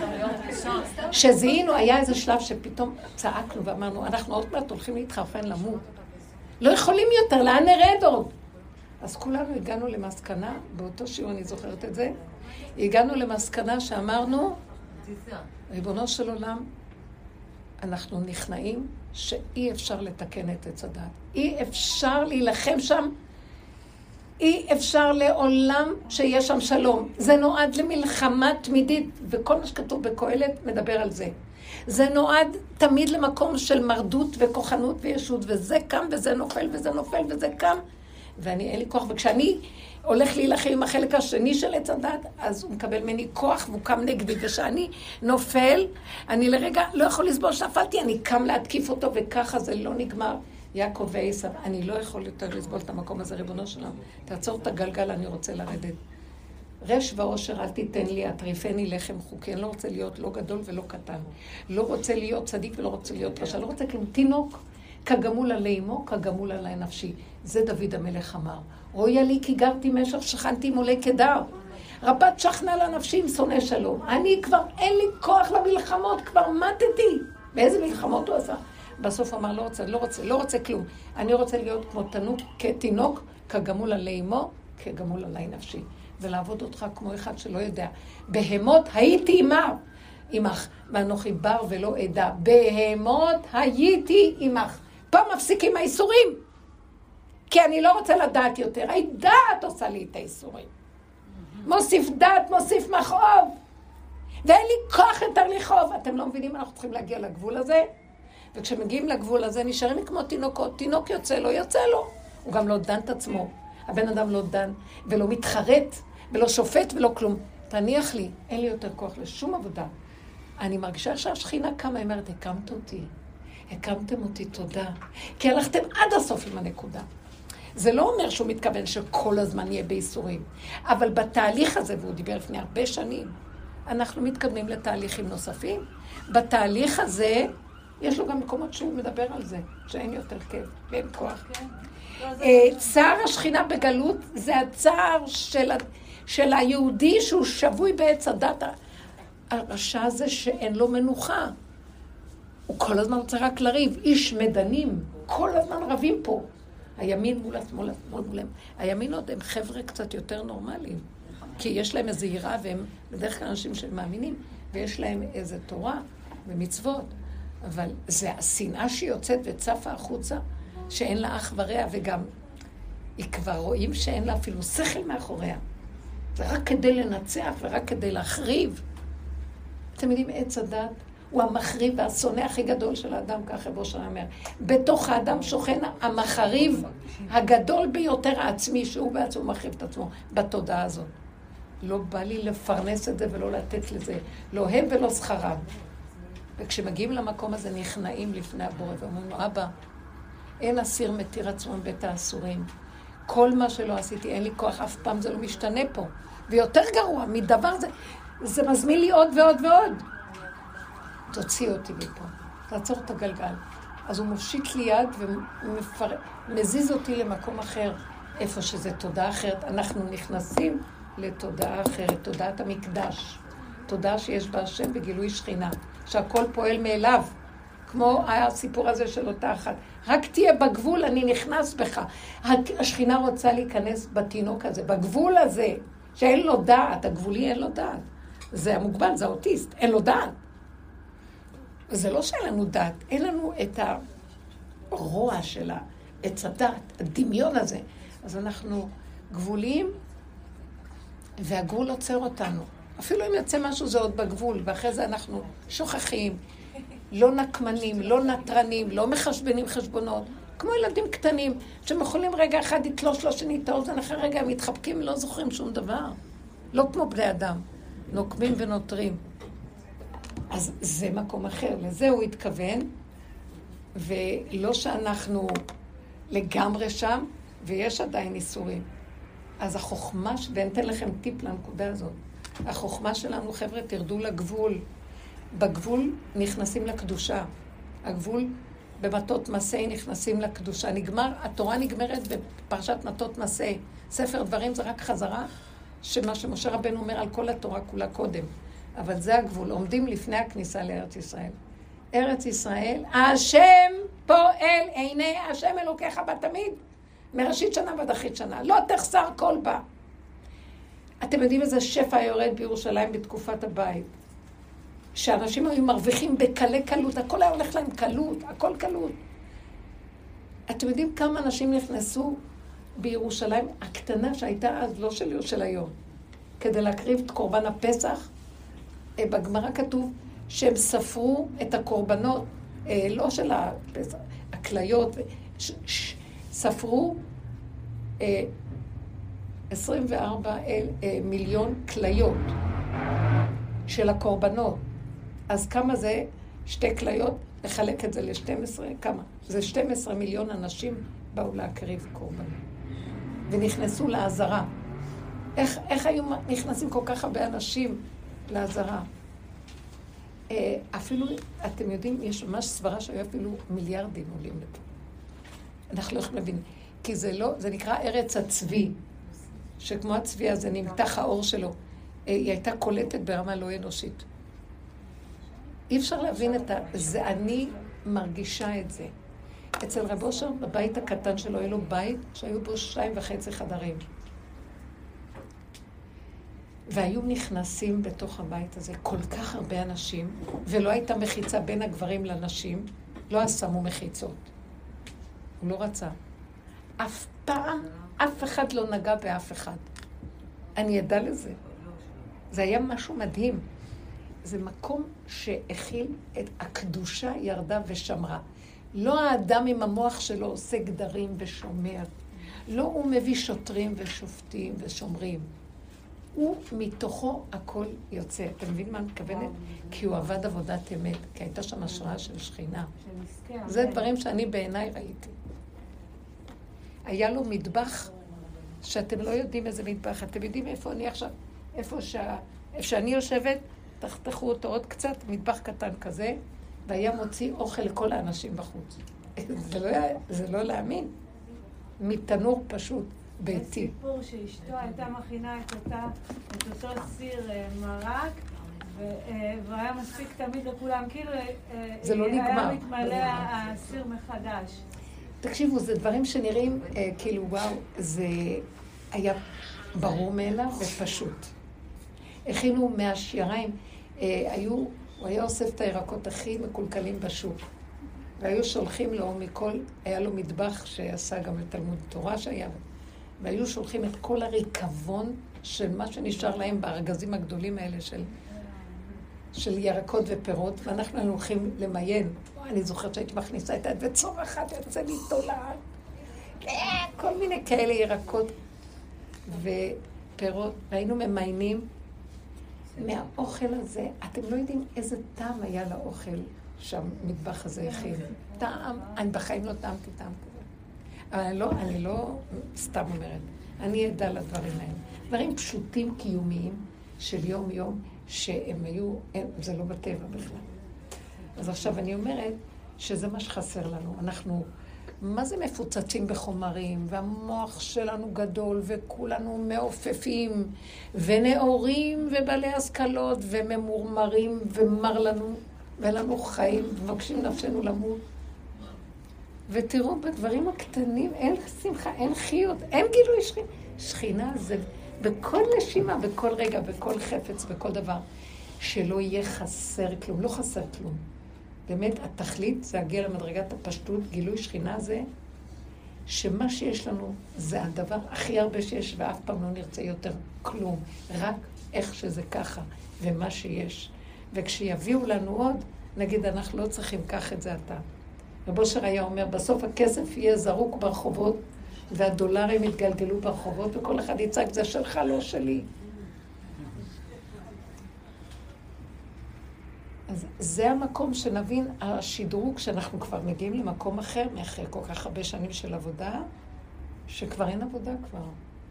שזיהינו, היה איזה שלב שפתאום צעקנו ואמרנו, אנחנו עוד מעט הולכים להתחרפן למות. לא יכולים יותר, לאן נרד עוד? אז כולנו הגענו למסקנה, באותו שיעור אני זוכרת את זה, הגענו למסקנה שאמרנו, ריבונו של עולם, אנחנו נכנעים שאי אפשר לתקן את עץ הדת. אי אפשר להילחם שם, אי אפשר לעולם שיש שם שלום. זה נועד למלחמה תמידית, וכל מה שכתוב בקהלת מדבר על זה. זה נועד תמיד למקום של מרדות וכוחנות וישות, וזה קם וזה נופל וזה נופל וזה קם, ואני אין לי כוח. וכשאני הולך להילחם עם החלק השני של עץ הדת, אז הוא מקבל ממני כוח והוא קם נגדי, ושאני נופל, אני לרגע לא יכול לסבול שנפלתי, אני קם להתקיף אותו, וככה זה לא נגמר. יעקב ועשיו, אני לא יכול יותר לסבול את המקום הזה, ריבונו שלנו. תעצור את הגלגל, אני רוצה לרדת. רש ועושר אל תיתן לי, אטריפני לחם חוקי. אני לא רוצה להיות לא גדול ולא קטן. לא רוצה להיות צדיק ולא רוצה להיות רשע. לא רוצה כלום. תינוק, כגמול עלי אמו, כגמול עלי נפשי. זה דוד המלך אמר. רויה לי כי גרתי משך, שכנתי מולי כדר. רבת שכנה לנפשי עם שונא שלום. אני כבר, אין לי כוח למלחמות, כבר מתתי. באיזה מלחמות הוא עשה? בסוף אמר, לא רוצה כלום. אני רוצה להיות כמו כתינוק, כגמול עלי אמו, כגמול עלי נפשי. ולעבוד אותך כמו אחד שלא יודע. בהמות הייתי עמך, ואנוכי בר ולא עדה. בהמות הייתי עמך. פה מפסיקים האיסורים. כי אני לא רוצה לדעת יותר. הדעת עושה לי את האיסורים. מוסיף דעת, מוסיף מכאוב. ואין לי כוח יותר לכאוב. אתם לא מבינים, אנחנו צריכים להגיע לגבול הזה. וכשמגיעים לגבול הזה נשארים כמו תינוקות. תינוק יוצא לו, יוצא לו. הוא גם לא דן את עצמו. הבן אדם לא דן ולא מתחרט ולא שופט ולא כלום. תניח לי, אין לי יותר כוח לשום עבודה. אני מרגישה שהשכינה קמה, היא אומרת, הקמת אותי. הקמתם אותי, תודה. כי הלכתם עד הסוף עם הנקודה. זה לא אומר שהוא מתכוון שכל הזמן יהיה בייסורים. אבל בתהליך הזה, והוא דיבר לפני הרבה שנים, אנחנו מתקדמים לתהליכים נוספים. בתהליך הזה, יש לו גם מקומות שהוא מדבר על זה, שאין יותר כאב ואין כוח. צער השכינה בגלות זה הצער של היהודי שהוא שבוי בעץ הדת. הרשע הזה שאין לו מנוחה. הוא כל הזמן רוצה רק לריב. איש מדנים, כל הזמן רבים פה. הימין מול השמאל, השמאל מולם. הימין עוד הם חבר'ה קצת יותר נורמליים. כי יש להם איזו יראה והם בדרך כלל אנשים שמאמינים. ויש להם איזו תורה ומצוות. אבל זה השנאה שיוצאת וצפה החוצה, שאין לה אח ורע, וגם היא כבר רואים שאין לה אפילו שכל מאחוריה. זה רק כדי לנצח ורק כדי להחריב. אתם יודעים, עץ הדת הוא המחריב והשונא הכי גדול של האדם, ככה בו שאני אומר. בתוך האדם שוכן המחריב הגדול ביותר העצמי, שהוא בעצמו מחריב את עצמו בתודעה הזאת. לא בא לי לפרנס את זה ולא לתת לזה, לא הם ולא שכרם. וכשמגיעים למקום הזה נכנעים לפני הבורא ואומרים לו, אבא, אין אסיר מתיר עצמו מבית האסורים. כל מה שלא עשיתי, אין לי כוח, אף פעם זה לא משתנה פה. ויותר גרוע, מדבר זה מזמין לי עוד ועוד ועוד. תוציא אותי מפה, תעצור את הגלגל. אז הוא מושיט לי יד ומזיז אותי למקום אחר, איפה שזה תודעה אחרת. אנחנו נכנסים לתודעה אחרת, תודעת המקדש. תודעה שיש בה השם בגילוי שכינה, שהכל פועל מאליו. כמו הסיפור הזה של אותה אחת. רק תהיה בגבול, אני נכנס בך. השכינה רוצה להיכנס בתינוק הזה, בגבול הזה, שאין לו דעת, הגבולי אין לו דעת. זה המוגבל, זה האוטיסט, אין לו דעת. זה לא שאין לנו דעת, אין לנו את הרוע שלה, את הדעת, הדמיון הזה. אז אנחנו גבולים, והגבול עוצר אותנו. אפילו אם יוצא משהו זה עוד בגבול, ואחרי זה אנחנו שוכחים, לא נקמנים, לא נטרנים, לא מחשבנים חשבונות, כמו ילדים קטנים, שהם יכולים רגע אחד לתלוש לשני את האוזן, אחרי רגע הם מתחבקים, לא זוכרים שום דבר. לא כמו בני אדם, נוקמים ונותרים. אז זה מקום אחר, לזה הוא התכוון, ולא שאנחנו לגמרי שם, ויש עדיין איסורים. אז החוכמה, ואני אתן לכם טיפ לנקודה הזאת, החוכמה שלנו, חבר'ה, תרדו לגבול. בגבול נכנסים לקדושה. הגבול במטות מסעי נכנסים לקדושה. התורה נגמרת בפרשת מטות מסעי. ספר דברים זה רק חזרה, שמה שמשה רבנו אומר על כל התורה כולה קודם. אבל זה הגבול, עומדים לפני הכניסה לארץ ישראל. ארץ ישראל, השם פועל עיני השם אלוקיך בתמיד. מראשית שנה ועד אחרית שנה. לא תחסר כל בה. אתם יודעים איזה שפע יורד בירושלים בתקופת הבית. שאנשים היו מרוויחים בקלי קלות, הכל היה הולך להם קלות, הכל קלות. אתם יודעים כמה אנשים נכנסו בירושלים הקטנה שהייתה אז, לא שלי או של היום, כדי להקריב את קורבן הפסח? בגמרא כתוב שהם ספרו את הקורבנות, לא של הפסח, הכליות, ספרו 24 מיליון כליות של הקורבנות. אז כמה זה? 2 כליות, לחלק את זה ל-12, כמה? זה 12 מיליון אנשים באו להקריב קורבנות. ונכנסו לעזרה. איך היו נכנסים כל כך הרבה אנשים לעזרה? אפילו, אתם יודעים, יש ממש סברה שהיו אפילו מיליארדים עולים לפה. אנחנו לא יכולים להבין. כי זה לא, זה נקרא ארץ הצבי, שכמו הצבי הזה נמתח האור שלו, היא הייתה קולטת ברמה לא אנושית. אי אפשר להבין את זה, אני מרגישה את זה. אצל רב אושר, בבית הקטן שלו, היה לו בית שהיו בו 2.5 חדרים. והיו נכנסים בתוך הבית הזה כל כך הרבה אנשים, ולא הייתה מחיצה בין הגברים לנשים, לא שמו מחיצות. הוא לא רצה. אף פעם, אף אחד לא נגע באף אחד. אני ידע לזה. זה היה משהו מדהים. זה מקום שהכיל את הקדושה ירדה ושמרה. לא האדם עם המוח שלו עושה גדרים ושומר. לא הוא מביא שוטרים ושופטים ושומרים. הוא מתוכו הכל יוצא. אתה מבין מה אני מתכוונת? כי הוא עבד עבודת אמת, כי הייתה שם השראה של שכינה. זה דברים שאני בעיניי ראיתי. היה לו מטבח שאתם לא יודעים איזה מטבח. אתם יודעים איפה אני עכשיו, איפה שאני יושבת, תחתכו אותו עוד קצת, מטבח קטן כזה, והיה מוציא אוכל לכל האנשים בחוץ. זה לא להאמין. מתנור פשוט, ביתי. הסיפור שאשתו הייתה מכינה את אותו סיר מרק, והיה מספיק תמיד לכולם, כאילו זה לא נגמר. היה מתמלא הסיר מחדש. תקשיבו, זה דברים שנראים כאילו וואו, זה היה ברור מאליו ופשוט. הכינו מהשיריים, הוא היה אוסף את הירקות הכי מקולקלים בשוק. והיו שולחים לו היה לו מטבח שעשה גם לתלמוד תורה שהיה, והיו שולחים את כל הריקבון של מה שנשאר להם בארגזים הגדולים האלה של ירקות ופירות, ואנחנו היינו הולכים למיין. אני זוכרת שהייתי מכניסה את היד וצורחת, יוצא לי תולעת. כל מיני כאלה ירקות ופירות, והיינו ממיינים מהאוכל הזה. אתם לא יודעים איזה טעם היה לאוכל שהמטבח הזה הכין. טעם, אני בחיים לא טעמתי טעם כזה. אבל אני לא סתם אומרת. אני עדה לדברים האלה. דברים פשוטים קיומיים של יום-יום, שהם היו, זה לא בטבע בכלל. אז עכשיו אני אומרת שזה מה שחסר לנו. אנחנו, מה זה מפוצצים בחומרים, והמוח שלנו גדול, וכולנו מעופפים, ונאורים, ובעלי השכלות, וממורמרים, ומר לנו. ואין לנו חיים, מבקשים נפשנו למות. ותראו, בדברים הקטנים אין שמחה, אין חיות, אין גילוי שכינה. שכינה זה בכל נשימה, בכל רגע, בכל חפץ, בכל דבר. שלא יהיה חסר כלום, לא חסר כלום. באמת, התכלית זה להגיע למדרגת הפשטות, גילוי שכינה זה, שמה שיש לנו זה הדבר הכי הרבה שיש, ואף פעם לא נרצה יותר כלום. רק איך שזה ככה, ומה שיש. וכשיביאו לנו עוד, נגיד, אנחנו לא צריכים כך את זה עתה. רב אושר היה אומר, בסוף הכסף יהיה זרוק ברחובות, והדולרים יתגלגלו ברחובות, וכל אחד יצעק, זה שלך, לא שלי. אז זה המקום שנבין, השדרוג שאנחנו כבר מגיעים למקום אחר, מאחרי כל כך הרבה שנים של עבודה, שכבר אין עבודה כבר.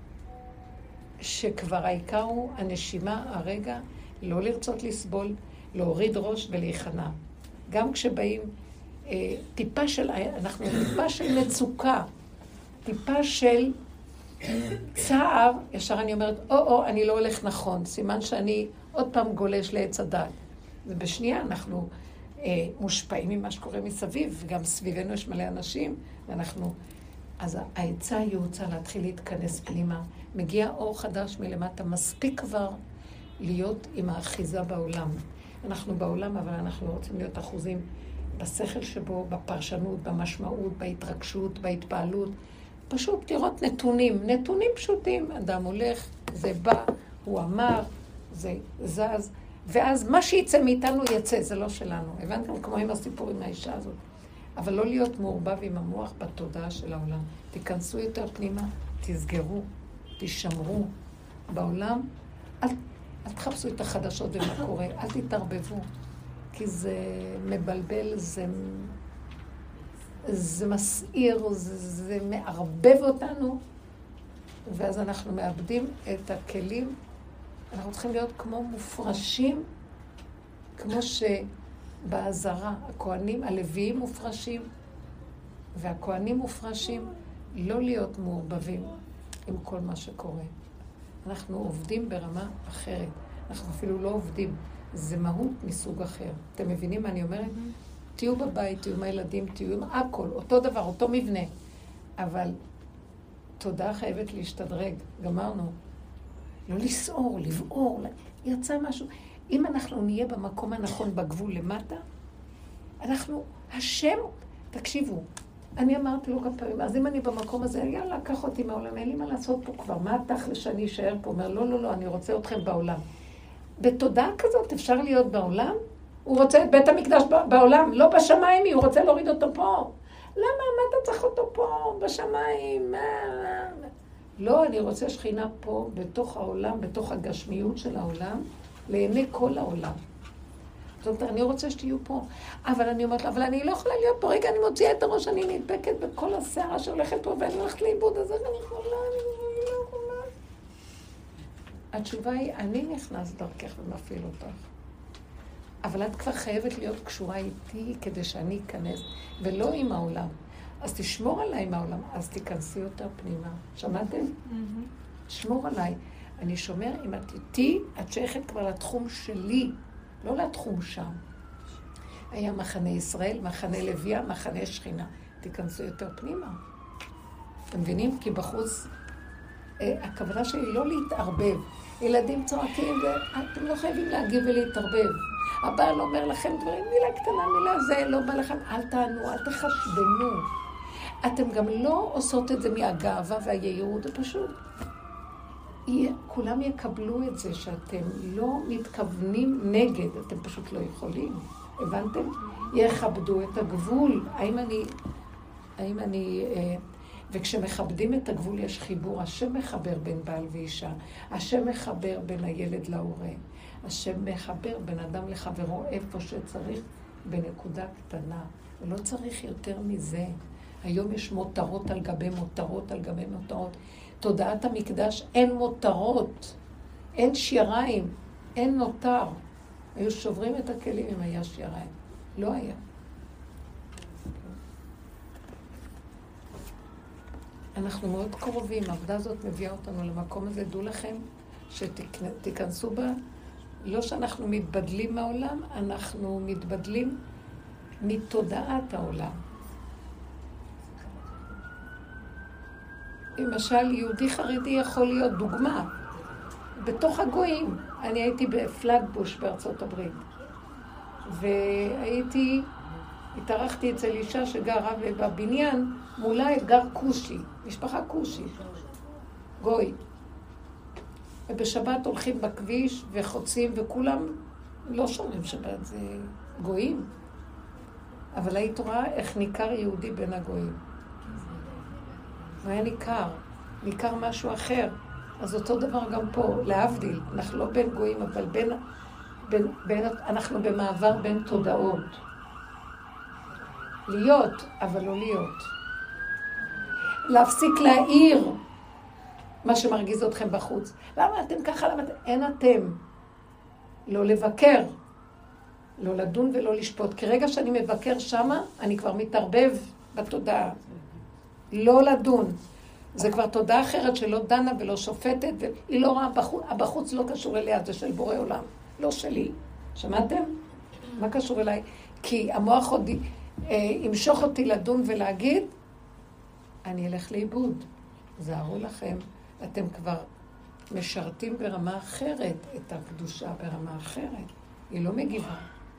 שכבר העיקר הוא הנשימה, הרגע, לא לרצות לסבול, להוריד ראש ולהיכנע. גם כשבאים טיפה של מצוקה, טיפה של צער, ישר אני אומרת, אני לא הולך נכון, סימן שאני עוד פעם גולש לעץ הדת. ובשנייה אנחנו מושפעים ממה שקורה מסביב, וגם סביבנו יש מלא אנשים, אז העצה היא רוצה להתחיל להתכנס פנימה. מגיע אור חדש מלמטה, מספיק כבר להיות עם האחיזה בעולם. אנחנו בעולם, אבל אנחנו לא רוצים להיות אחוזים בשכל שבו, בפרשנות, במשמעות, בהתרגשות, בהתפעלות. פשוט לראות נתונים פשוטים. אדם הולך, זה בא, הוא אמר, זה זז, ואז מה שיצא מאיתנו יצא, זה לא שלנו. הבנתם? כמו עם הסיפור עם האישה הזאת. אבל לא להיות מעורבב עם המוח בתודעה של העולם. תיכנסו יותר פנימה, תסגרו, תשמרו. בעולם, אל תחפשו את החדשות ומה קורה, אל תתערבבו. כי זה מבלבל, זה מסעיר, זה מערבב אותנו, ואז אנחנו מאבדים את הכלים. אנחנו צריכים להיות כמו מופרשים, כמו שבעזרה, הכהנים, הלוויים מופרשים, והכהנים מופרשים, לא להיות מעורבבים עם כל מה שקורה. אנחנו עובדים ברמה אחרת, אנחנו אפילו לא עובדים, זה מהות מסוג אחר. אתם מבינים מה אני אומרת? תהיו בבית, תהיו עם הילדים, תהיו עם הכל, אותו דבר, אותו מבנה. אבל תודה חייבת להשתדרג, גמרנו. לא לסעור, לבעור, יצא משהו. אם אנחנו נהיה במקום הנכון בגבול למטה, אנחנו, השם, תקשיבו, אני אמרתי לו כמה פעמים, אז אם אני במקום הזה, יאללה, קח אותי מהעולם, אין לי מה לעשות פה כבר, מה התכל'ס שאני אשאר פה? אומר, לא, אני רוצה אתכם בעולם. בתודעה כזאת אפשר להיות בעולם? הוא רוצה את בית המקדש בעולם, לא בשמיים, הוא רוצה להוריד אותו פה. למה? מה אתה צריך אותו פה, בשמיים? לא, אני רוצה שכינה פה, בתוך העולם, בתוך הגשמיות של העולם, לעיני כל העולם. זאת אומרת, אני רוצה שתהיו פה. אבל אני אומרת, אבל אני לא יכולה להיות פה. רגע, אני מוציאה את הראש, אני נדבקת בכל השערה שהולכת פה, ואני הולכת לאיבוד, אז אני יכולה, אני לא יכולה. התשובה היא, אני נכנס דרכך ומפעיל אותך. אבל את כבר חייבת להיות קשורה איתי כדי שאני אכנס, ולא עם העולם. אז תשמור עליי עם העולם, אז תיכנסי יותר פנימה. שמעתם? תשמור עליי. אני שומר, אם את איתי, את שייכת כבר לתחום שלי, לא לתחום שם. היה מחנה ישראל, מחנה לוויה, מחנה שכינה. תיכנסו יותר פנימה. אתם מבינים? כי בחוץ, הכוונה שלי לא להתערבב. ילדים צועקים, ואתם לא חייבים להגיב ולהתערבב. הבעל אומר לכם דברים, מילה קטנה, מילה זה, לא בא לכם, אל תענו, אל תחשבנו. אתם גם לא עושות את זה מהגאווה והיהירות, זה פשוט. כולם יקבלו את זה שאתם לא מתכוונים נגד, אתם פשוט לא יכולים. הבנתם? יכבדו את הגבול. האם אני וכשמכבדים את הגבול יש חיבור. השם מחבר בין בעל ואישה. השם מחבר בין הילד להורה. השם מחבר בין אדם לחברו איפה שצריך בנקודה קטנה. ולא צריך יותר מזה. היום יש מותרות על גבי מותרות על גבי מותרות. תודעת המקדש אין מותרות, אין שיריים, אין נותר. היו שוברים את הכלים אם היה שיריים. לא היה. אנחנו מאוד קרובים, העבודה הזאת מביאה אותנו למקום הזה. דעו לכם שתיכנסו בה לא שאנחנו מתבדלים מהעולם, אנחנו מתבדלים מתודעת העולם. למשל, יהודי חרדי יכול להיות דוגמה. בתוך הגויים, אני הייתי בפלאגבוש בארצות הברית, התארחתי אצל אישה שגרה בבניין, מולה גר קושי, משפחה קושי, גוי. ובשבת הולכים בכביש וחוצים וכולם לא שומרים שבת, זה גויים. אבל היית רואה איך ניכר יהודי בין הגויים. והיה ניכר משהו אחר. אז אותו דבר גם פה, להבדיל, אנחנו לא בין גויים, אבל אנחנו במעבר בין תודעות. להיות, אבל לא להיות. להפסיק להעיר מה שמרגיז אתכם בחוץ. למה אתם ככה? אין אתם. לא לבקר, לא לדון ולא לשפוט. כי רגע שאני מבקר שמה, אני כבר מתערבב בתודעה. לא לדון. זה כבר תודעה אחרת שלא דנה ולא שופטת, והיא לא רואה, הבחוץ לא קשור אליה, זה של בורא עולם, לא שלי. שמעתם? מה קשור אליי? כי המוח עוד ימשוך אותי לדון ולהגיד, אני אלך לאיבוד. זהרו לכם, אתם כבר משרתים ברמה אחרת את הקדושה ברמה אחרת. היא לא מגיבה.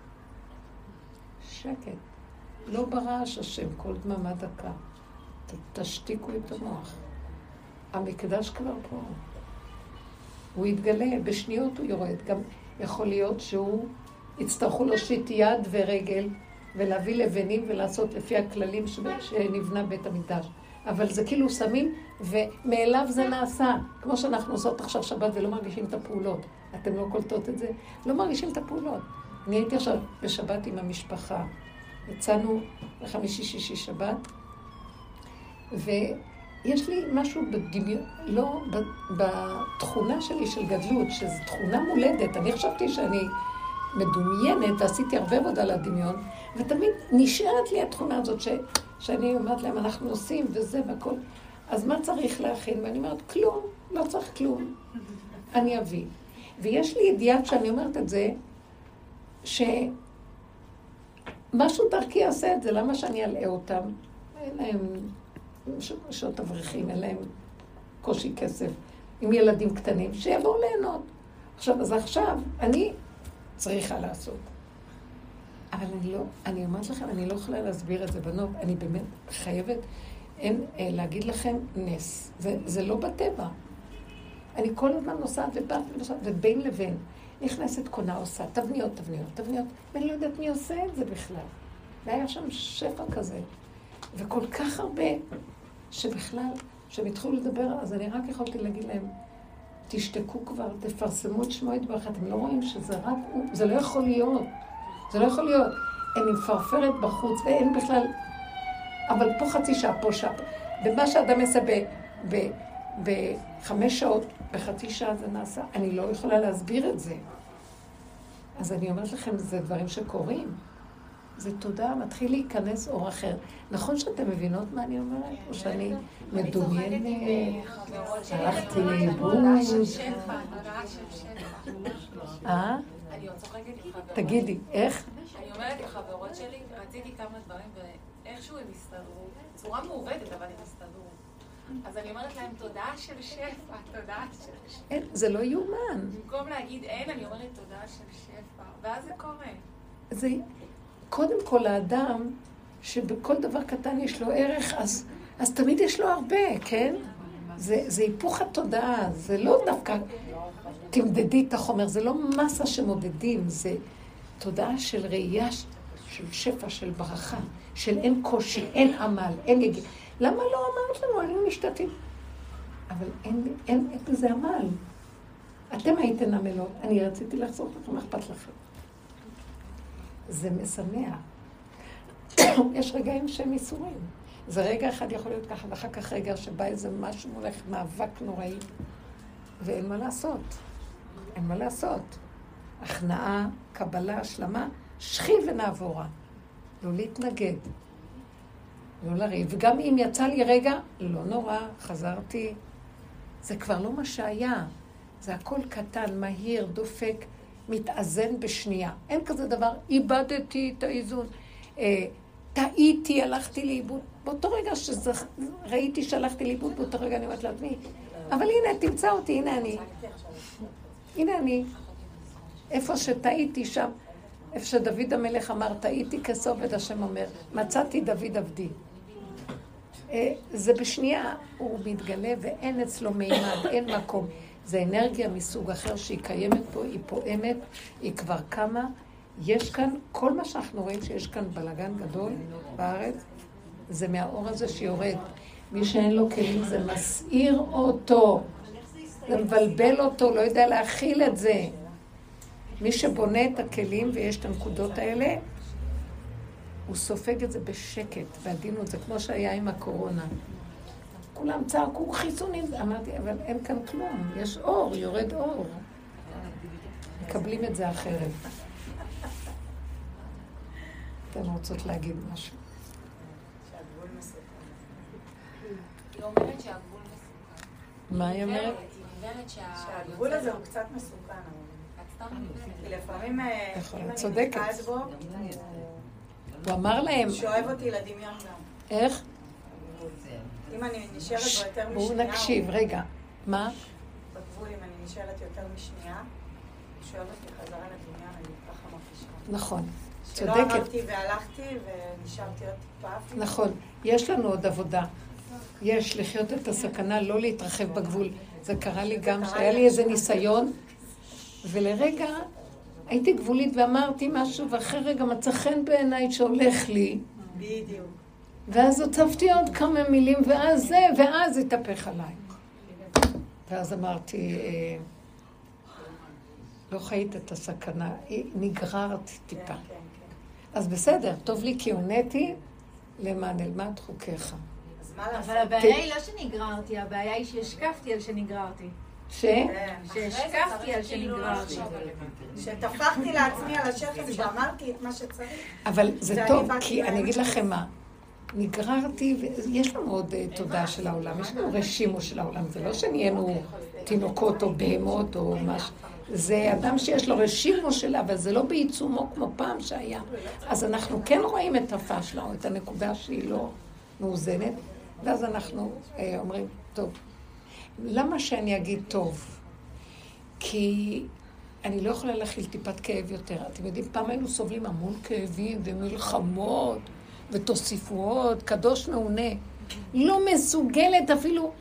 שקט. לא ברעש השם, כל דממה דקה. תשתיקו את המוח. המקדש כבר פה. הוא יתגלה, בשניות הוא יורד. גם יכול להיות שהוא יצטרכו להושיט יד ורגל ולהביא לבנים ולעשות לפי הכללים שנבנה בית המקדש. אבל זה כאילו שמים, ומאליו זה נעשה. כמו שאנחנו עושות עכשיו שבת ולא מרגישים את הפעולות. אתם לא קולטות את זה? לא מרגישים את הפעולות. אני הייתי עכשיו בשבת עם המשפחה. יצאנו לחמישי שישי שבת, ויש לי משהו בדמיון, לא, בתכונה שלי של גדלות, שזו תכונה מולדת. אני חשבתי שאני מדומיינת, ועשיתי הרבה עבודה לדמיון, ותמיד נשארת לי התכונה הזאת שאני אומרת להם, אנחנו עושים וזה והכל. אז מה צריך להכין? ואני אומרת, כלום, לא צריך כלום. אני אביא. ויש לי ידיעה שאני אומרת את זה, שמשהו דרכי יעשה את זה, למה שאני אלאה אותם? אין להם שעות אברכים, אין להם קושי כסף, עם ילדים קטנים, שיבואו ליהנות. אז עכשיו, אני צריכה לעשות. אבל אני אומרת לכם, אני לא יכולה להסביר את זה, בנות, אני באמת חייבת להגיד לכם נס. זה לא בטבע. אני כל הזמן נוסעת ונוסעת, ובין לבין נכנסת קונה עושה, תבניות, ואני לא יודעת מי עושה את זה בכלל. והיה שם שפע כזה, וכל כך הרבה שבכלל, כשהם התחילו לדבר, אז אני רק יכולתי להגיד להם, תשתקו כבר, תפרסמו את שמו יתברך, אתם לא רואים שזה רק הוא, זה לא יכול להיות. זה לא יכול להיות. אני מפרפרת בחוץ, ואין בכלל... אבל פה חצי שעה, פה שעה. ומה שאדם יעשה ב5 שעות, בחצי שעה זה נעשה. אני לא יכולה להסביר את זה. אז אני אומרת לכם, זה דברים שקורים. זה תודה, מתחיל להיכנס אור אחר. נכון שאתם מבינות מה אני אומרת? או שאני מדומיינת? הלכתי לאיבוד. אני צוחקת עם חברות. תגידי, איך? אני אומרת לחברות שלי, רציתי כמה דברים ואיכשהו הם הסתדרו. צורה מעובדת, אבל הם הסתדרו. אז אני אומרת להם, תודעה של שפע, תודעה של שפע. אין, זה לא יאומן. במקום להגיד אין, אני אומרת תודעה של שפע. ואז זה קורה. זה, קודם כל האדם, שבכל דבר קטן יש לו ערך, אז תמיד יש לו הרבה, כן? זה היפוך התודעה, זה לא דווקא... תמדדי את החומר, זה לא מסה שמודדים, זה תודעה של ראייה, של שפע, של ברכה, של אין קושי, אין עמל, אין יגיע. למה לא אמרת לנו? היינו משתתים. אבל אין בזה עמל. אתם הייתן עמלות, אני רציתי לחסוך לכם, אכפת לכם. זה משמח. יש רגעים שהם איסורים. זה רגע אחד יכול להיות ככה, ואחר כך רגע שבא איזה משהו מולך, מאבק נוראי, ואין מה לעשות. אין מה לעשות. הכנעה, קבלה, השלמה, שכי ונעבורה. לא להתנגד. לא לריב. וגם אם יצא לי רגע, לא נורא, חזרתי. זה כבר לא מה שהיה. זה הכל קטן, מהיר, דופק, מתאזן בשנייה. אין כזה דבר, איבדתי את האיזון, טעיתי, הלכתי לאיבוד. באותו רגע שראיתי שהלכתי לאיבוד, באותו רגע אני אומרת לעצמי, אבל הנה, תמצא אותי, הנה אני. הנה אני. איפה שטעיתי שם, איפה שדוד המלך אמר, טעיתי כסובד, השם אומר, מצאתי דוד עבדי. זה בשנייה, הוא מתגלה ואין אצלו מימד, אין מקום. זה אנרגיה מסוג אחר שהיא קיימת פה, היא פועמת, היא כבר קמה. יש כאן, כל מה שאנחנו רואים שיש כאן בלגן גדול בארץ, זה מהאור הזה שיורד. מי שאין לו כלים זה מסעיר אותו, זה מבלבל אותו, לא יודע להכיל את זה. מי שבונה את הכלים ויש את הנקודות האלה, הוא סופג את זה בשקט, בעדינות, זה כמו שהיה עם הקורונה. כולם צעקו חיסונים, אמרתי, אבל אין כאן כלום, יש אור, יורד אור. מקבלים את זה אחרת. אתן רוצות להגיד משהו. שהגבול מסוכן. היא אומרת שהגבול מסוכן. מה היא אומרת? היא אומרת שהגבול הזה הוא קצת מסוכן. כי לפעמים, אם אני נתקעת בו, הוא אמר להם... שואב אותי לדמיון גם. איך? אם אני נשארת בו יותר משנייה... בואו נקשיב, רגע. מה? בגבול, אם אני נשארת יותר משנייה, שואב אותי חזרה לדמיון, אני ככה מרגישה. נכון. שלא צודקת. אמרתי והלכתי ונשארתי עוד טיפה. נכון. יש לנו עוד עבודה. יש לחיות את הסכנה, לא להתרחב בגבול. זה קרה לי גם, שהיה לי איזה ניסיון, ולרגע הייתי גבולית ואמרתי משהו, ואחרי רגע מצא חן בעיניי שהולך לי. בדיוק. ואז הוצפתי עוד כמה מילים, ואז התהפך עליי. ואז אמרתי, לא חיית את הסכנה, נגררת טיפה. אז בסדר, טוב לי כי הונאתי, למען אלמד חוקיך. אבל הבעיה היא לא שנגררתי, הבעיה היא שהשקפתי על שנגררתי. שהשקפתי על שנגררתי. שטפחתי לעצמי על השכם שאמרתי את מה שצריך. אבל זה טוב, כי אני אגיד לכם מה, נגררתי, ויש לנו עוד תודעה של העולם, יש לנו רשימו של העולם, זה לא שנהיינו תינוקות או בהמות או משהו, זה אדם שיש לו רשימו שלה, אבל זה לא בעיצומו כמו פעם שהיה. אז אנחנו כן רואים את הפשלה, או את הנקודה שהיא לא מאוזנת, ואז אנחנו אומרים, טוב, למה שאני אגיד טוב? כי אני לא יכולה להכיל טיפת כאב יותר. אתם יודעים, פעם היינו סובלים המון כאבים ומלחמות ותוסיפויות, קדוש מעונה. לא מסוגלת אפילו.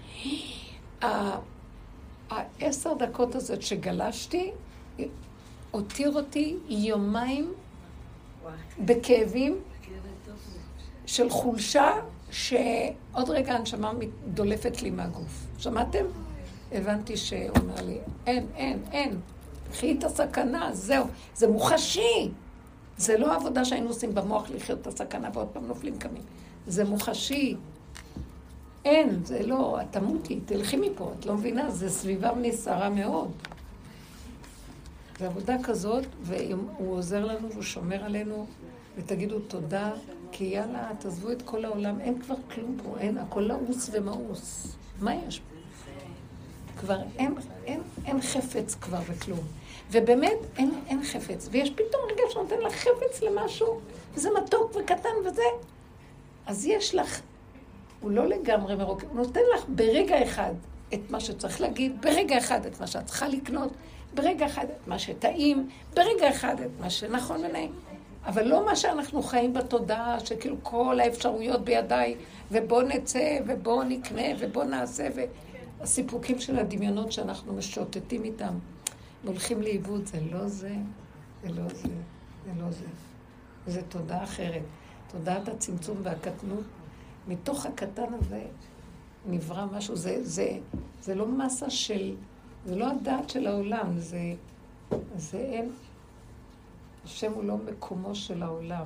10 דקות הזאת שגלשתי, הותיר אותי יומיים בכאבים של חולשה, שעוד רגע הנשמה דולפת לי מהגוף. שמעתם? הבנתי שהוא אומר לי, אין. קחי את הסכנה, זהו. זה מוחשי. זה לא העבודה שהיינו עושים במוח לחיות את הסכנה ועוד פעם נופלים קמים. זה מוחשי. אין, זה לא, את תמותי, תלכי מפה, את לא מבינה, זה סביבה נסערה מאוד. זה עבודה כזאת, והוא עוזר לנו והוא שומר עלינו, ותגידו תודה, כי יאללה, תעזבו את כל העולם, אין כבר כלום פה, אין, הכל לעוס ומאוס. מה יש פה? כבר אין חפץ כבר וכלום. ובאמת אין חפץ, ויש פתאום רגע שנותן לך חפץ למשהו, וזה מתוק וקטן וזה. אז יש לך, הוא לא לגמרי מרוקן, הוא נותן לך ברגע אחד את מה שצריך להגיד, ברגע אחד את מה שאת צריכה לקנות, ברגע אחד את מה שטעים, ברגע אחד את מה שנכון ונעים. אבל לא מה שאנחנו חיים בתודעה, שכאילו כל האפשרויות בידיי, ובוא נצא, ובוא נקנה, ובוא נעשה, והסיפוקים של הדמיונות שאנחנו משוטטים איתם, הולכים לאיבוד, זה לא זה, זה לא זה, זה לא זה. זה תודעה אחרת. תודעת הצמצום והקטנות, מתוך הקטן הזה נברא משהו, זה לא מסה של, זה לא הדעת של העולם, זה אין, השם הוא לא מקומו של העולם.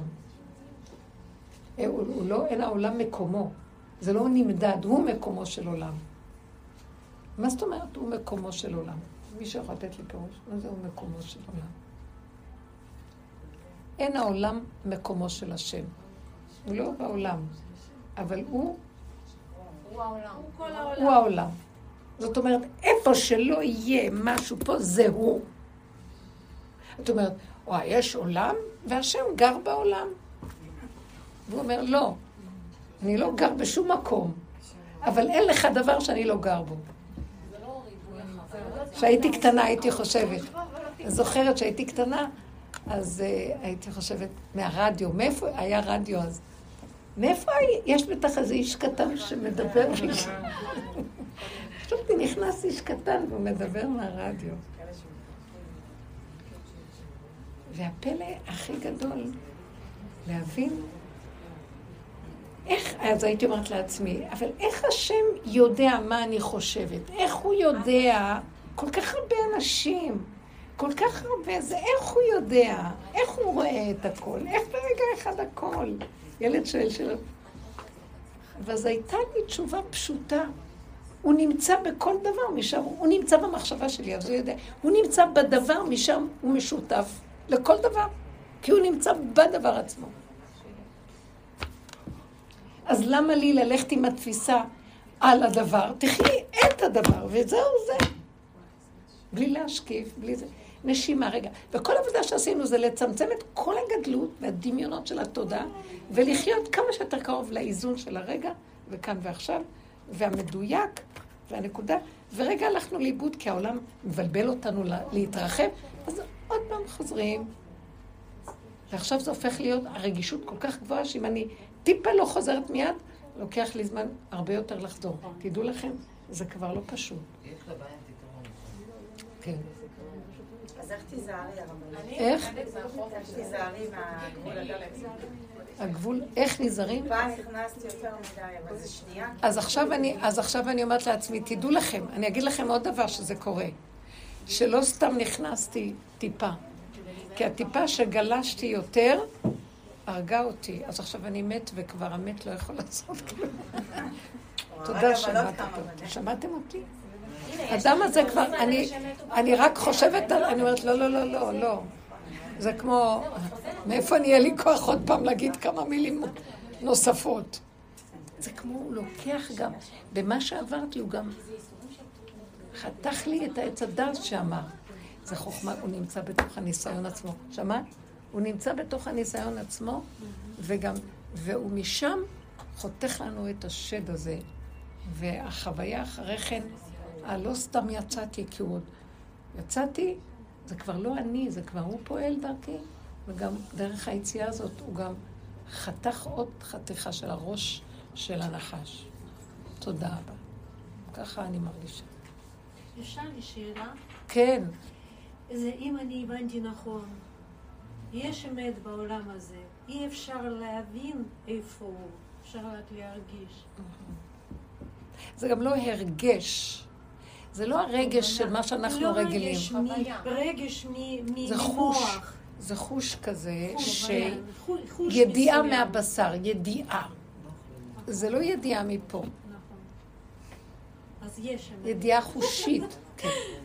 הוא לא, אין העולם מקומו, זה לא נמדד, הוא מקומו של עולם. מה זאת אומרת הוא מקומו של עולם? מי שיכול לתת לי פירוש, מה זה הוא מקומו של עולם? אין העולם מקומו של השם. הוא לא בעולם, אבל הוא העולם. הוא העולם. זאת אומרת, איפה שלא יהיה משהו פה, זה הוא. את אומרת, וואי, יש עולם, והשם גר בעולם. והוא אומר, לא, אני לא גר בשום מקום, אבל אין לך דבר שאני לא גר בו. כשהייתי קטנה הייתי חושבת, זוכרת שהייתי קטנה, אז הייתי חושבת מהרדיו, מאיפה היה רדיו אז? מאיפה יש בטח איזה איש קטן שמדבר לי? חשבתי, נכנס איש קטן והוא מדבר מהרדיו. והפלא הכי גדול, להבין איך, אז הייתי אומרת לעצמי, אבל איך השם יודע מה אני חושבת? איך הוא יודע? כל כך הרבה אנשים, כל כך הרבה, זה איך הוא יודע? איך הוא רואה את הכל? איך ברגע אחד הכל? ילד שואל שאלות. ואז הייתה לי תשובה פשוטה. הוא נמצא בכל דבר משם, הוא נמצא במחשבה שלי, אז הוא יודע. הוא נמצא בדבר משם, הוא משותף לכל דבר, כי הוא נמצא בדבר עצמו. אז למה לי ללכת עם התפיסה על הדבר? תחי את הדבר, וזהו זה. בלי להשקיף, בלי זה. נשימה, רגע. וכל העבודה שעשינו זה לצמצם את כל הגדלות והדמיונות של התודעה, ולחיות כמה שיותר קרוב לאיזון של הרגע, וכאן ועכשיו, והמדויק, והנקודה. ורגע הלכנו לאיבוד, כי העולם מבלבל אותנו להתרחב, אז עוד פעם חוזרים. ועכשיו זה הופך להיות הרגישות כל כך גבוהה, שאם אני טיפה לא חוזרת מיד, לוקח לי זמן הרבה יותר לחזור. תדעו לכם, זה כבר לא פשוט. יש לבעיה פתרון. כן. אז איך תיזהרי הרבנית? איך? איך תיזהרי מהגבול הדלק? הגבול, איך נזהרים? פעם נכנסתי יותר מדי, אבל זה שנייה. אז עכשיו אני אומרת לעצמי, תדעו לכם, אני אגיד לכם עוד דבר שזה קורה. שלא סתם נכנסתי טיפה. כי הטיפה שגלשתי יותר, הרגה אותי. אז עכשיו אני מת וכבר המת לא יכול לעשות כלום. תודה שמעתם אותי. שמעתם אותי? האדם הזה כבר, אני רק חושבת, אני אומרת, לא, לא, לא, לא, לא. זה כמו, מאיפה אני אהיה לי כוח עוד פעם להגיד כמה מילים נוספות? זה כמו, הוא לוקח גם, במה שעברתי הוא גם חתך לי את העץ הדעת שאמר. זה חוכמה, הוא נמצא בתוך הניסיון עצמו. שמעת? הוא נמצא בתוך הניסיון עצמו, והוא משם חותך לנו את השד הזה. והחוויה אחרי כן, לא סתם יצאתי, כי הוא יצאתי, זה כבר לא אני, זה כבר הוא פועל דרכי, וגם דרך היציאה הזאת הוא גם חתך עוד חתיכה של הראש של הנחש. תודה רבה. ככה אני מרגישה. אפשר לי שאלה? כן. זה אם אני הבנתי נכון, יש אמת בעולם הזה, אי אפשר להבין איפה הוא, אפשר רק להרגיש. זה גם לא הרגש. זה לא הרגש של מה שאנחנו רגילים. רגש זה חוש. זה חוש כזה של חוש ידיעה מסוים. מהבשר, ידיעה. זה לא ידיעה מפה. נכון. אז יש אמת. ידיעה חושית. כן.